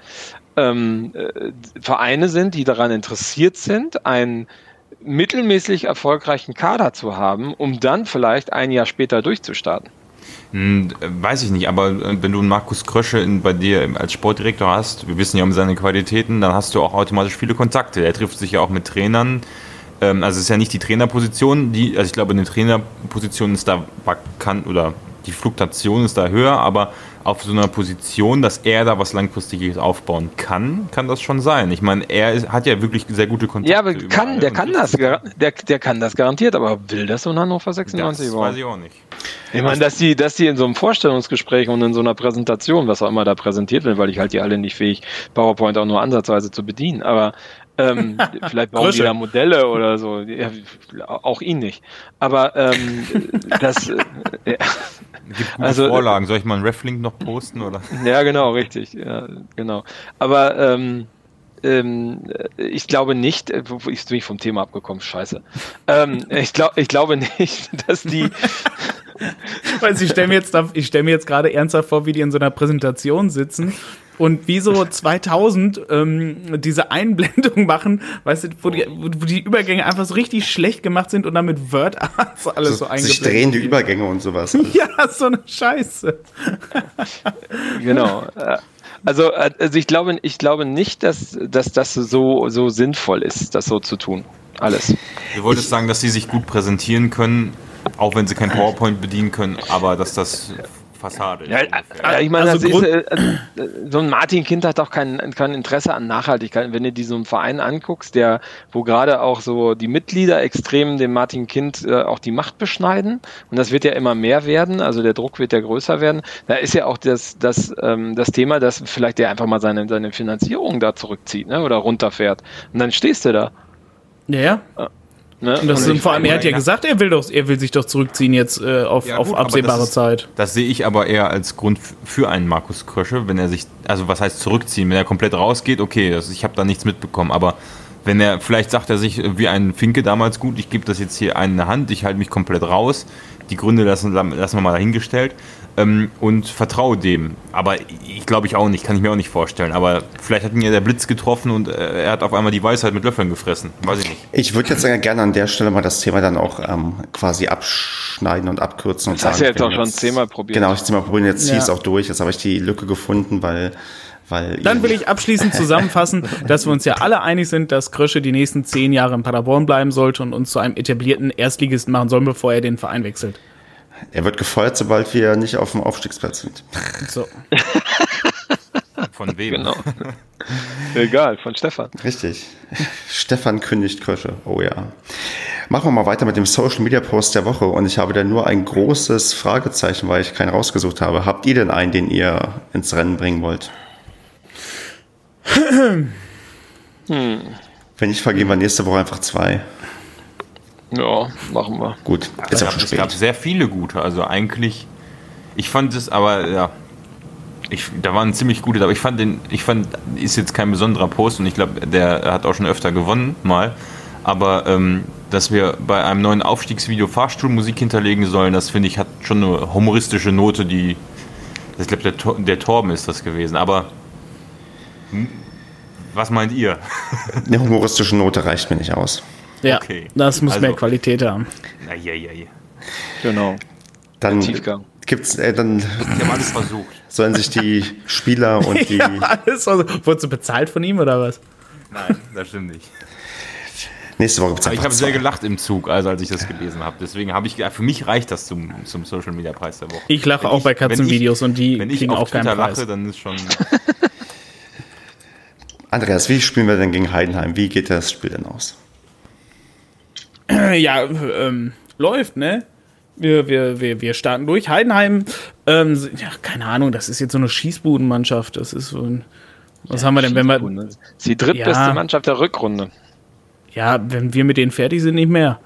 B: Vereine sind, die daran interessiert sind, einen mittelmäßig erfolgreichen Kader zu haben, um dann vielleicht ein Jahr später durchzustarten.
D: Weiß ich nicht, aber wenn du einen Markus Krösche bei dir als Sportdirektor hast, wir wissen ja um seine Qualitäten, dann hast du auch automatisch viele Kontakte. Er trifft sich ja auch mit Trainern. Also es ist ja nicht die Trainerposition, ich glaube, eine Trainerposition ist da vakant oder die Fluktuation ist da höher, aber auf so einer Position, dass er da was Langfristiges aufbauen kann das schon sein. Ich meine, hat ja wirklich sehr gute Kontakte.
B: Ja, aber der kann das garantiert, aber will das so ein Hannover 96
D: überhaupt? Das weiß ich auch nicht.
B: Ich meine, dass die in so einem Vorstellungsgespräch und in so einer Präsentation, was auch immer da präsentiert wird, weil ich halt die alle nicht fähig, PowerPoint auch nur ansatzweise zu bedienen, aber vielleicht bauen die da Modelle oder so, ja, auch ihn nicht. Aber das...
D: Gibt gute Vorlagen. Soll ich mal einen Reflink noch posten? Oder?
B: Ja, genau, richtig. Ja, genau. Aber ich glaube nicht, ich bin vom Thema abgekommen, scheiße. Ich glaube nicht, dass die...
C: Ich stelle mir jetzt gerade ernsthaft vor, wie die in so einer Präsentation sitzen und wie so 2000 diese Einblendung machen, weißt du, wo die Übergänge einfach so richtig schlecht gemacht sind und dann mit Word-Arts alles so eingeblendet.
A: Sich drehende Übergänge und sowas.
C: Ja, so eine Scheiße.
B: Genau. Also ich glaube nicht, dass das so sinnvoll ist, das so zu tun. Alles.
D: Du wolltest sagen, dass sie sich gut präsentieren können, auch wenn sie kein PowerPoint bedienen können, aber dass das Fassade ist.
B: Ja, ich meine, also so ein Martin Kind hat auch kein Interesse an Nachhaltigkeit. Wenn du dir so einen Verein anguckst, wo gerade auch so die Mitglieder extrem dem Martin Kind auch die Macht beschneiden, und das wird ja immer mehr werden, also der Druck wird ja größer werden, da ist ja auch das Thema, dass vielleicht der einfach mal seine Finanzierung da zurückzieht, ne, oder runterfährt. Und dann stehst du da.
C: Ja. Ne? Und das vor allem, er hat ja gesagt, er will sich doch zurückziehen jetzt auf absehbare Zeit.
D: Das sehe ich aber eher als Grund für einen Markus Krösche, wenn er sich, also was heißt zurückziehen, wenn er komplett rausgeht, okay, ich habe da nichts mitbekommen, aber wenn vielleicht sagt er sich wie ein Finke damals, gut, ich gebe das jetzt hier einen in der Hand, ich halte mich komplett raus, die Gründe lassen wir mal dahingestellt, und vertraue dem. Aber ich glaube auch nicht, kann ich mir auch nicht vorstellen. Aber vielleicht hat ihn ja der Blitz getroffen und er hat auf einmal die Weisheit mit Löffeln gefressen. Weiß ich nicht.
A: Ich würde jetzt gerne an der Stelle mal das Thema dann auch quasi abschneiden und abkürzen.
B: Das hast du jetzt auch schon 10-mal probiert.
A: Genau, ich 10-mal probiert, jetzt ziehe ich es auch durch. Jetzt habe ich die Lücke gefunden, weil
C: dann will ich abschließend zusammenfassen, dass wir uns ja alle einig sind, dass Krösche die nächsten 10 Jahre in Paderborn bleiben sollte und uns zu einem etablierten Erstligisten machen soll, bevor er den Verein wechselt.
A: Er wird gefeuert, sobald wir nicht auf dem Aufstiegsplatz sind.
C: So.
D: Von wem?
B: Genau. Egal, von Stefan.
A: Richtig. Stefan kündigt Krösche. Oh ja. Machen wir mal weiter mit dem Social Media Post der Woche. Und ich habe da nur ein großes Fragezeichen, weil ich keinen rausgesucht habe. Habt ihr denn einen, den ihr ins Rennen bringen wollt? Wenn nicht, vergeben wir nächste Woche einfach 2.
B: Ja, machen wir.
A: Gut, ist auch schon
D: Es
A: spät.
D: gab sehr viele gute. Also eigentlich, ich fand es, aber ja, da waren ziemlich gute. Aber ich fand, ist jetzt kein besonderer Post und ich glaube, der hat auch schon öfter gewonnen mal. Aber dass wir bei einem neuen Aufstiegsvideo Fahrstuhlmusik hinterlegen sollen, das finde ich, hat schon eine humoristische Note, ich glaube, der Torben ist das gewesen. Aber was meint ihr?
A: Eine humoristische Note reicht mir nicht aus.
C: Ja,
D: Okay.
C: Das muss mehr Qualität haben.
B: Genau.
A: Dann
B: Tiefgang.
A: gibt's, dann
D: Ich habe alles versucht.
A: sollen sich die Spieler und die...
C: Ja, alles so. Wurdest du bezahlt von ihm oder was?
D: Nein, das stimmt nicht.
A: Nächste Woche gibt's
D: Aber ich
A: einfach
D: habe sehr
A: 2.
D: gelacht im Zug, als ich das gelesen habe. Deswegen für mich reicht das zum Social Media Preis der Woche.
C: Ich lache auch bei Katzenvideos und die kriegen auch keinen Preis.
D: Lache, dann ist schon.
A: Andreas, wie spielen wir denn gegen Heidenheim? Wie geht das Spiel denn aus?
C: Ja, läuft, ne? Wir starten durch. Heidenheim, keine Ahnung, das ist jetzt so eine Schießbudenmannschaft. Das ist so ein. Was haben wir denn, wenn wir.
B: Das ist die drittbeste Mannschaft der Rückrunde.
C: Ja, wenn wir mit denen fertig sind, nicht mehr.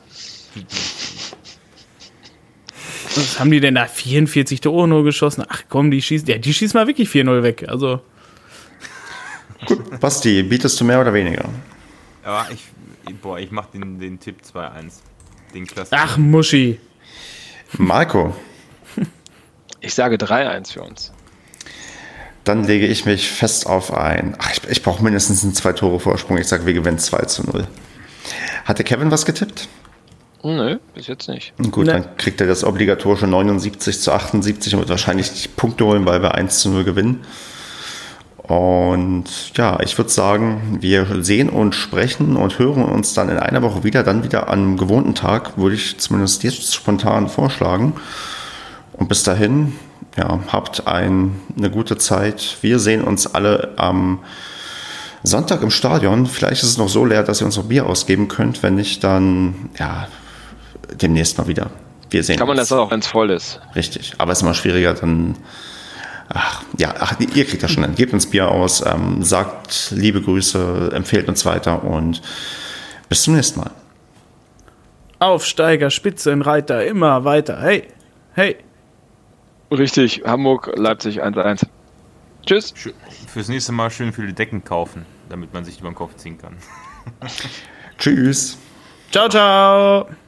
C: Was haben die denn da? 44 Tore nur geschossen? Ach komm, die schießen mal wirklich 4-0 weg. Also.
A: Gut, Basti, bietest du mehr oder weniger?
D: Aber ich mach den Tipp 2-1. Den Klassiker.
C: Ach, Muschi.
A: Marco,
B: Ich sage 3-1 für uns.
A: dann lege ich mich fest auf ein. Ich brauche mindestens einen 2-Tore-Vorsprung. Ich sage, wir gewinnen 2-0. Hatte Kevin was getippt?
B: Nö, bis jetzt nicht.
A: Gut, dann kriegt er das obligatorische 79-78 und wird wahrscheinlich die Punkte holen, weil wir 1-0 gewinnen. Und ja, ich würde sagen, wir sehen und sprechen und hören uns dann in einer Woche wieder. Dann wieder am gewohnten Tag, würde ich zumindest jetzt spontan vorschlagen. Und bis dahin, ja, habt eine gute Zeit. Wir sehen uns alle am Sonntag im Stadion. Vielleicht ist es noch so leer, dass ihr uns noch Bier ausgeben könnt. Wenn nicht, dann ja, demnächst mal wieder. Wir sehen uns.
B: Kann man das auch, wenn es voll ist.
A: Richtig, aber es ist immer schwieriger, dann... ihr kriegt das schon hin. Gebt uns Bier aus, sagt liebe Grüße, empfehlt uns weiter und bis zum nächsten Mal.
C: Aufsteiger, Spitzenreiter, immer weiter. Hey, hey.
B: Richtig, Hamburg, Leipzig 1-1. Tschüss.
D: Fürs nächste Mal schön viele Decken kaufen, damit man sich über den Kopf ziehen kann.
A: Tschüss.
C: Ciao, ciao.